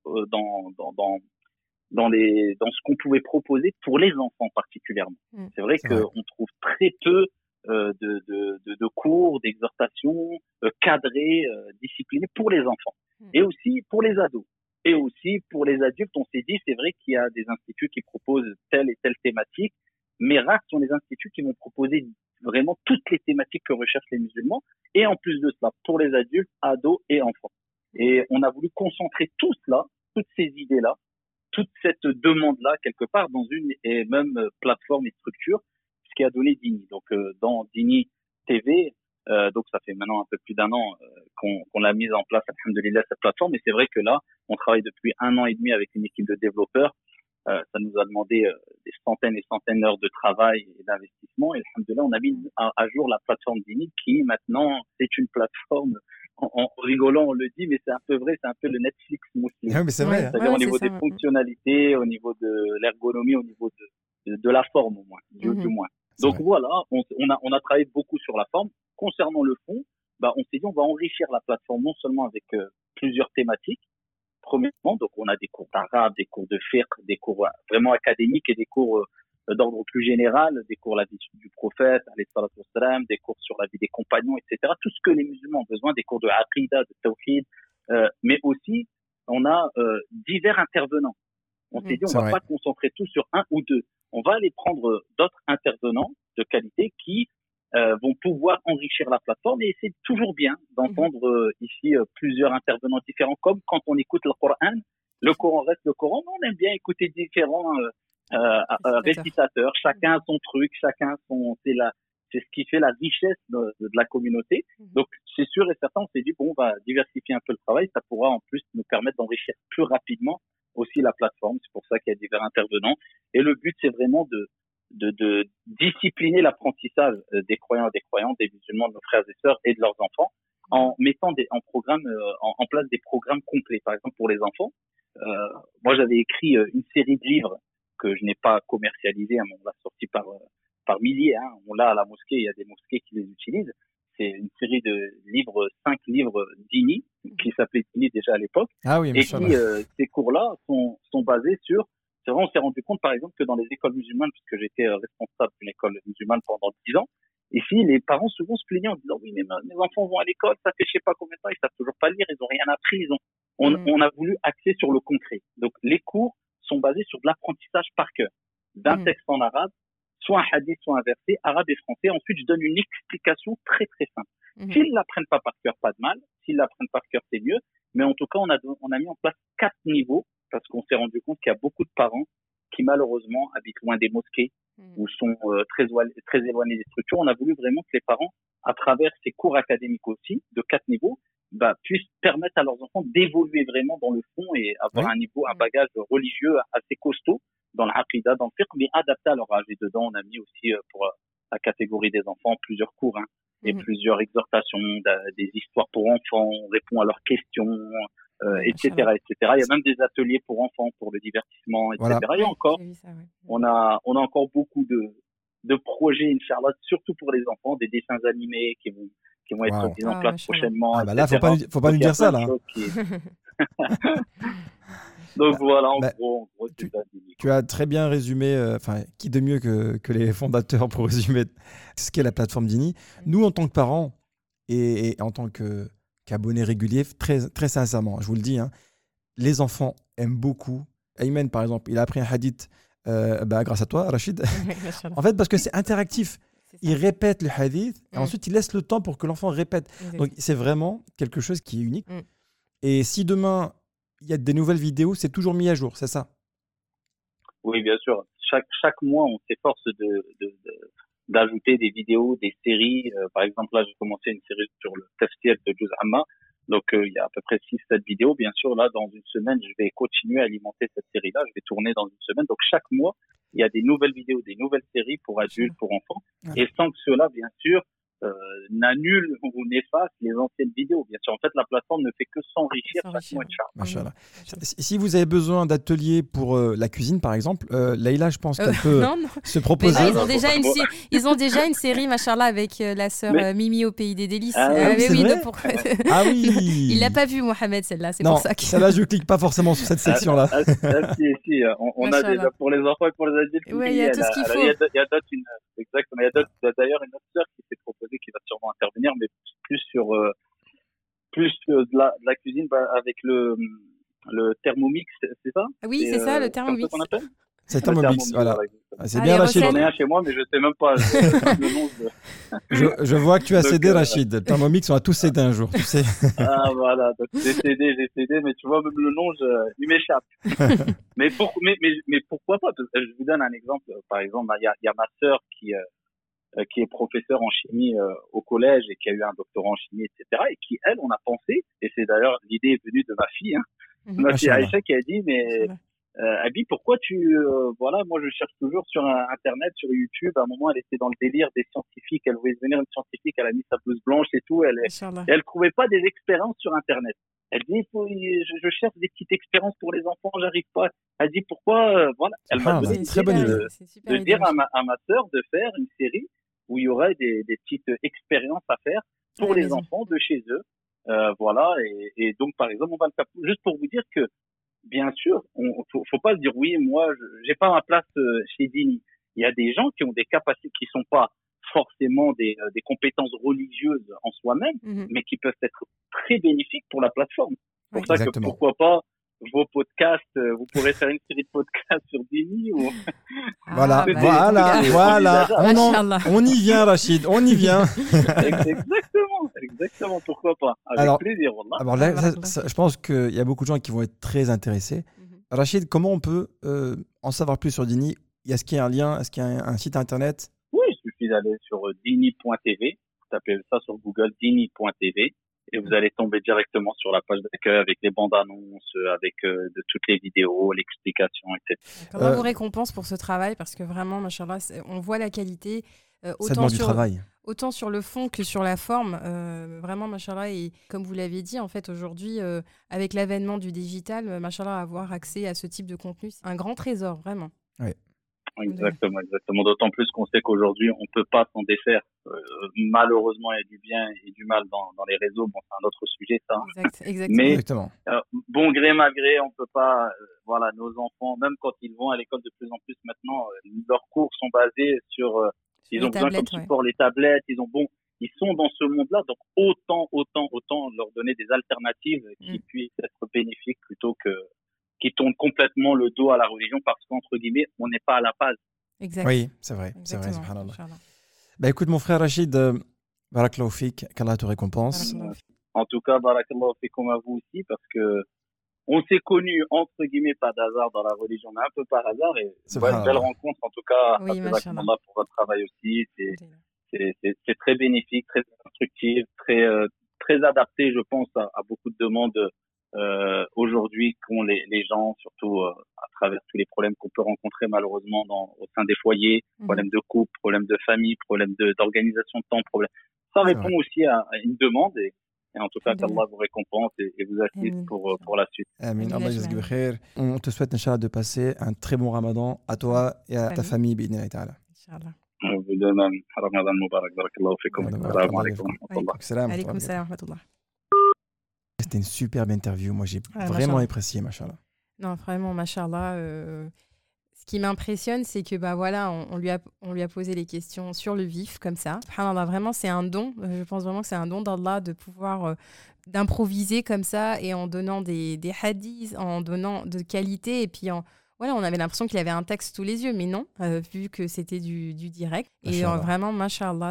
dans ce qu'on pouvait proposer pour les enfants particulièrement. C'est vrai qu'on trouve très peu de cours, d'exhortations cadrés, disciplinés pour les enfants et aussi pour les ados. Et aussi pour les adultes, on s'est dit, c'est vrai qu'il y a des instituts qui proposent telle et telle thématique, mais rares sont les instituts qui vont proposer vraiment toutes les thématiques que recherchent les musulmans, et en plus de cela, pour les adultes, ados et enfants. Et on a voulu concentrer tout cela, toutes ces idées-là, toute cette demande-là, quelque part, dans une et même plateforme et structure, ce qui a donné Dini. Donc, dans Dini TV, donc ça fait maintenant un peu plus d'1 an qu'on l'a mise en place, alhamdoulilah, cette plateforme. Et c'est vrai que là, on travaille depuis 1 an et demi avec une équipe de développeurs. Ça nous a demandé des centaines et centaines d'heures de travail et d'investissement. Et alhamdoulilah, on a mis à jour la plateforme Dini qui, maintenant, c'est une plateforme, en rigolant, on le dit, mais c'est un peu vrai, c'est un peu le Netflix musulman. Ah, mais c'est vrai. C'est-à-dire au niveau des fonctionnalités, au niveau de l'ergonomie, au niveau de la forme, au moins, du moins. Donc voilà, on a travaillé beaucoup sur la forme. Concernant le fond, on s'est dit, on va enrichir la plateforme non seulement avec plusieurs thématiques. Premièrement, donc on a des cours d'arabe, des cours de fiqh, des cours vraiment académiques et des cours d'ordre plus général, des cours la vie du prophète, alayhi salatu wassalam, des cours sur la vie des compagnons, etc. Tout ce que les musulmans ont besoin, des cours de aqida, de tawhid, mais aussi on a divers intervenants. On s'est dit, on va pas concentrer tout sur 1 ou 2. On va aller prendre d'autres intervenants de qualité qui vont pouvoir enrichir la plateforme, et c'est toujours bien d'entendre ici plusieurs intervenants différents, comme quand on écoute le Coran reste le Coran, mais on aime bien écouter différents récitateurs, chacun a son truc, chacun c'est ce qui fait la richesse de la communauté. Donc c'est sûr et certain, on s'est dit, bon, on va diversifier un peu le travail, ça pourra en plus nous permettre d'enrichir plus rapidement aussi la plateforme. C'est pour ça qu'il y a divers intervenants, et le but c'est vraiment de discipliner l'apprentissage des croyants et des croyantes, des musulmans, de nos frères et sœurs et de leurs enfants, en mettant en place des programmes complets. Par exemple, pour les enfants, moi j'avais écrit une série de livres que je n'ai pas commercialisés, mais on l'a sorti par milliers. On l'a à la mosquée, il y a des mosquées qui les utilisent. C'est une série de livres, 5 livres Dini, qui s'appelait Dini déjà à l'époque. Ah oui, et qui, ces cours-là sont basés sur... C'est vrai, on s'est rendu compte, par exemple, que dans les écoles musulmanes, puisque j'étais responsable d'une école musulmane pendant 10 ans, ici, les parents souvent se plaignaient en disant, oui, mais mes enfants vont à l'école, ça fait je sais pas combien de temps, ils savent toujours pas lire, ils ont rien appris, on a voulu axer sur le concret. Donc, les cours sont basés sur de l'apprentissage par cœur, d'un texte en arabe, soit un hadith, soit un verset, arabe et français. Ensuite, je donne une explication très, très simple. S'ils l'apprennent pas par cœur, pas de mal. S'ils l'apprennent par cœur, c'est mieux. Mais en tout cas, on a mis en place 4 niveaux, parce qu'on s'est rendu compte qu'il y a beaucoup de parents qui, malheureusement, habitent loin des mosquées ou sont très éloignés des structures. On a voulu vraiment que les parents, à travers ces cours académiques aussi, de 4 niveaux, puissent permettre à leurs enfants d'évoluer vraiment dans le fond et avoir un bagage religieux assez costaud dans l'aqida, dans le fiqh, mais adapté à leur âge. Et dedans, on a mis aussi pour la catégorie des enfants plusieurs cours et plusieurs exhortations, des histoires pour enfants, on répond à leurs questions, etc., etc. Il y a même des ateliers pour enfants, pour le divertissement, etc. Voilà. Et encore, on a encore beaucoup de projets, Inch'Allah, surtout pour les enfants, des dessins animés qui vont être mis en place prochainement. Là, faut pas nous dire ça, là. Donc Bah, voilà, en bah, gros, tu, c'est ça. Dini, tu as très bien résumé, enfin, qui de mieux que les fondateurs pour résumer ce qu'est la plateforme Dini. Nous, en tant que parents et en tant qu'abonnés réguliers, très, très sincèrement, je vous le dis, hein, les enfants aiment beaucoup. Ayman, par exemple, il a appris un hadith grâce à toi, Rachid. En fait, parce que c'est interactif. Il répète le hadith et ensuite il laisse le temps pour que l'enfant répète. Donc c'est vraiment quelque chose qui est unique. Et si demain il y a des nouvelles vidéos, c'est toujours mis à jour, c'est ça? Oui, bien sûr. Chaque mois, on s'efforce d'ajouter des vidéos, des séries. Par exemple, là, j'ai commencé une série sur le tafsir de Juz Amma. Donc, il y a à peu près 6-7 vidéos. Bien sûr, là, dans une semaine, je vais continuer à alimenter cette série-là. Je vais tourner dans une semaine. Donc, chaque mois, il y a des nouvelles vidéos, des nouvelles séries pour adultes, pour enfants. Et sans que cela, bien sûr, n'annule ou n'efface les anciennes vidéos. Bien sûr, en fait, la plateforme ne fait que s'enrichir chaque mois de charme. Machallah. Si vous avez besoin d'ateliers pour la cuisine, par exemple, Leïla, je pense qu'elle peut se proposer. Là, ils ont déjà une série, machallah, avec la sœur Mimi au pays des délices. Ah oui. Il l'a pas vu, Mohamed, celle-là. C'est non, pour ça que... celle-là, je clique pas forcément sur cette section-là. Si, on a déjà pour les enfants et pour les adultes. Oui, il y a tout ce qu'il faut. Il y a d'ailleurs une autre sœur qui s'est proposée, qui va sûrement intervenir, mais plus sur de la cuisine avec le Thermomix, c'est ça? Oui, c'est ça, le Thermomix. Comment on appelle? C'est Thermomix, voilà. C'est bien, Rachid. J'en ai un chez moi, mais je sais même pas le nom. Je vois que tu as cédé, Rachid. Le Thermomix, on a tous cédé un jour, tu sais. Ah voilà, donc j'ai cédé, mais tu vois, même le nom, il m'échappe. mais pourquoi pas? Je vous donne un exemple. Par exemple, il y a ma sœur qui est professeure en chimie au collège et qui a eu un doctorat en chimie, etc. Et qui, elle, on a pensé, et c'est d'ailleurs l'idée est venue de ma fille, ma fille Aïcha, qui a dit, mais Abi, pourquoi moi je cherche toujours sur Internet, sur YouTube. À un moment, elle était dans le délire des scientifiques, elle voulait devenir une scientifique, elle a mis sa blouse blanche et tout, elle trouvait pas des expériences sur Internet. Elle dit, je cherche des petites expériences pour les enfants, j'arrive pas. Elle dit, pourquoi, voilà. Elle m'a donné une très bonne idée. De dire à ma sœur de faire une série où il y aurait des petites expériences à faire pour les enfants de chez eux. Voilà. Et donc, par exemple, on va le faire juste pour vous dire que, bien sûr, faut pas se dire, oui, moi, j'ai pas ma place chez Dini. Il y a des gens qui ont des capacités qui sont pas forcément des compétences religieuses en soi-même, mais qui peuvent être très bénéfiques pour la plateforme. C'est pour ça que pourquoi pas vos podcasts, vous pourrez faire une série de podcasts sur Dini ou... Voilà. On y vient, Rachid, on y vient. Exactement, pourquoi pas. Avec plaisir, wallah. Alors là, je pense qu'il y a beaucoup de gens qui vont être très intéressés. Rachid, comment on peut en savoir plus sur Dini? Est-ce qu'il y a un lien? Est-ce qu'il y a un site internet? Oui, il suffit d'aller sur dini.tv. Vous tapez ça sur Google, dini.tv. Et vous allez tomber directement sur la page d'accueil avec les bandes annonces, avec de toutes les vidéos, l'explication, etc. Comment vous récompense pour ce travail? Parce que vraiment, machallah, on voit la qualité autant sur le fond que sur la forme. Vraiment, machallah, et comme vous l'avez dit, en fait, aujourd'hui, avec l'avènement du digital, machallah, avoir accès à ce type de contenu, c'est un grand trésor, vraiment. Oui. Exactement. D'autant plus qu'on sait qu'aujourd'hui, on peut pas s'en défaire. Malheureusement, il y a du bien et du mal dans les réseaux. Bon, c'est un autre sujet, ça. Exactement. Mais bon gré, mal gré, on peut pas. Voilà, nos enfants, même quand ils vont à l'école de plus en plus maintenant, leurs cours sont basés sur. Ils ont besoin comme support les tablettes. Ils sont dans ce monde-là, donc autant leur donner des alternatives qui puissent être bénéfiques plutôt que qui tournent complètement le dos à la religion parce qu'entre guillemets, on n'est pas à la base. Exactement. Oui, c'est vrai, subhanallah. Bah écoute mon frère Rachid, barakallahu fik, qu'Allah te récompense. En tout cas, barakallahu fikum à vous aussi parce que on s'est connus entre guillemets pas d'hasard dans la religion, mais un peu par hasard et une belle rencontre en tout cas. Oui, pour votre travail aussi, c'est très bénéfique, très instructif, très adapté, je pense, à beaucoup de demandes aujourd'hui qu'ont les gens, surtout à travers tous les problèmes qu'on peut rencontrer malheureusement au sein des foyers, problèmes de couple, problèmes de famille, problèmes d'organisation de temps, ça répond aussi à une demande et en tout cas qu'Allah vous récompense et vous assiste pour la suite. Amin. Allah yazid khair. On te souhaite Inch'Allah de passer un très bon Ramadan à toi et à ta famille bi'idhnillah ta'ala. Inch'Allah. Ramadan Mubarak, barakallahu fikum. Assalamu alaikum wa rahmatullah. C'était une superbe interview. Moi, j'ai vraiment apprécié, machallah. Non, vraiment, machallah. Ce qui m'impressionne, c'est que voilà, on lui a posé les questions sur le vif, comme ça. Subhanallah, vraiment, c'est un don. Je pense vraiment que c'est un don d'Allah de pouvoir d'improviser comme ça et en donnant des hadiths, en donnant de qualité. Et puis, voilà, on avait l'impression qu'il avait un texte sous les yeux, mais non, vu que c'était du direct. Et vraiment, machallah,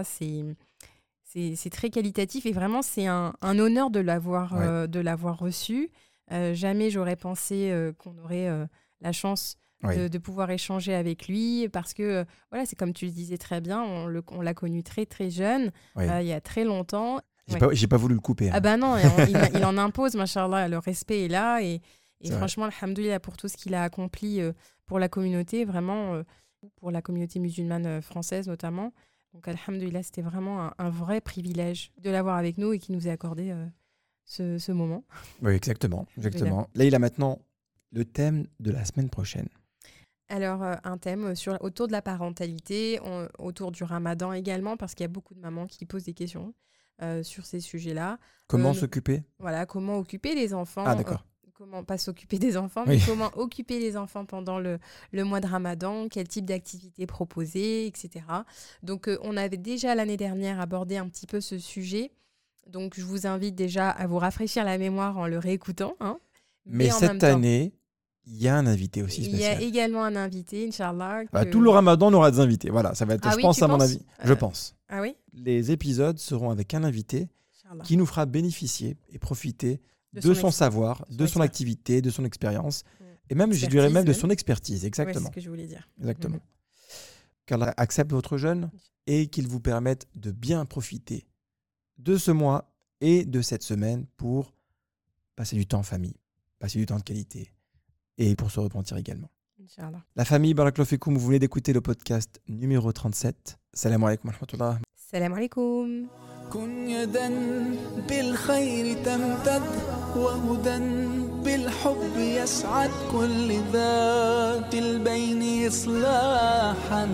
c'est très qualitatif et vraiment, c'est un honneur de l'avoir reçu. Jamais j'aurais pensé qu'on aurait la chance de pouvoir échanger avec lui parce que, voilà, c'est comme tu le disais très bien, on l'a connu très, très jeune, il y a très longtemps. J'ai pas voulu le couper. Hein. Ah bah non, il en impose, machallah, le respect est là et franchement, alhamdoulilah, pour tout ce qu'il a accompli pour la communauté, vraiment, pour la communauté musulmane française notamment. Donc, alhamdoulilah, c'était vraiment un vrai privilège de l'avoir avec nous et qui nous ait accordé ce moment. Oui, exactement. Là, il a maintenant le thème de la semaine prochaine. Alors, un thème autour de la parentalité, autour du ramadan également, parce qu'il y a beaucoup de mamans qui posent des questions sur ces sujets-là. Comment s'occuper ? Voilà, comment occuper les enfants. Ah, d'accord. Comment pas s'occuper des enfants, mais comment occuper les enfants pendant le mois de Ramadan, quel type d'activité proposer, etc. Donc, on avait déjà l'année dernière abordé un petit peu ce sujet. Donc, je vous invite déjà à vous rafraîchir la mémoire en le réécoutant. Hein. Mais cette année, il y a un invité aussi spécial. Il y a également un invité, Inch'Allah. Tout le Ramadan, on aura des invités. Voilà, ça va être, je pense, à mon avis. Je pense. Ah oui ? Les épisodes seront avec un invité qui nous fera bénéficier et profiter de son savoir, de son activité, de son expérience, et même, je dirais même, de son expertise. Exactement. Oui, c'est ce que je voulais dire. Exactement. Qu'Allah accepte votre jeûne et qu'il vous permette de bien profiter de ce mois et de cette semaine pour passer du temps en famille, passer du temps de qualité et pour se repentir également. Inch'Allah. La famille, barakallahu fikoum, vous venez d'écouter le podcast numéro 37. Salam alaikum wa rahmatullah. Salam alaikum. كن يدا بالخير تمتد وهدى بالحب يسعد كل ذات البين إصلاحا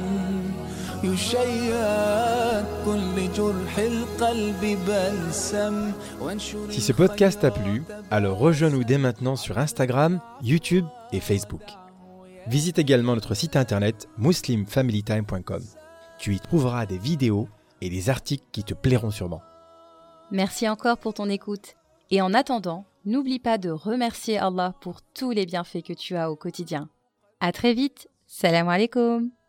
يشيد كل جرح القلب بلسم. Si ce podcast t'a plu, alors rejoins-nous dès maintenant sur Instagram, YouTube et Facebook. Visite également notre site internet muslimfamilytime.com. Tu y trouveras des vidéos et des articles qui te plairont sûrement. Merci encore pour ton écoute. Et en attendant, n'oublie pas de remercier Allah pour tous les bienfaits que tu as au quotidien. À très vite. Salam alaikum.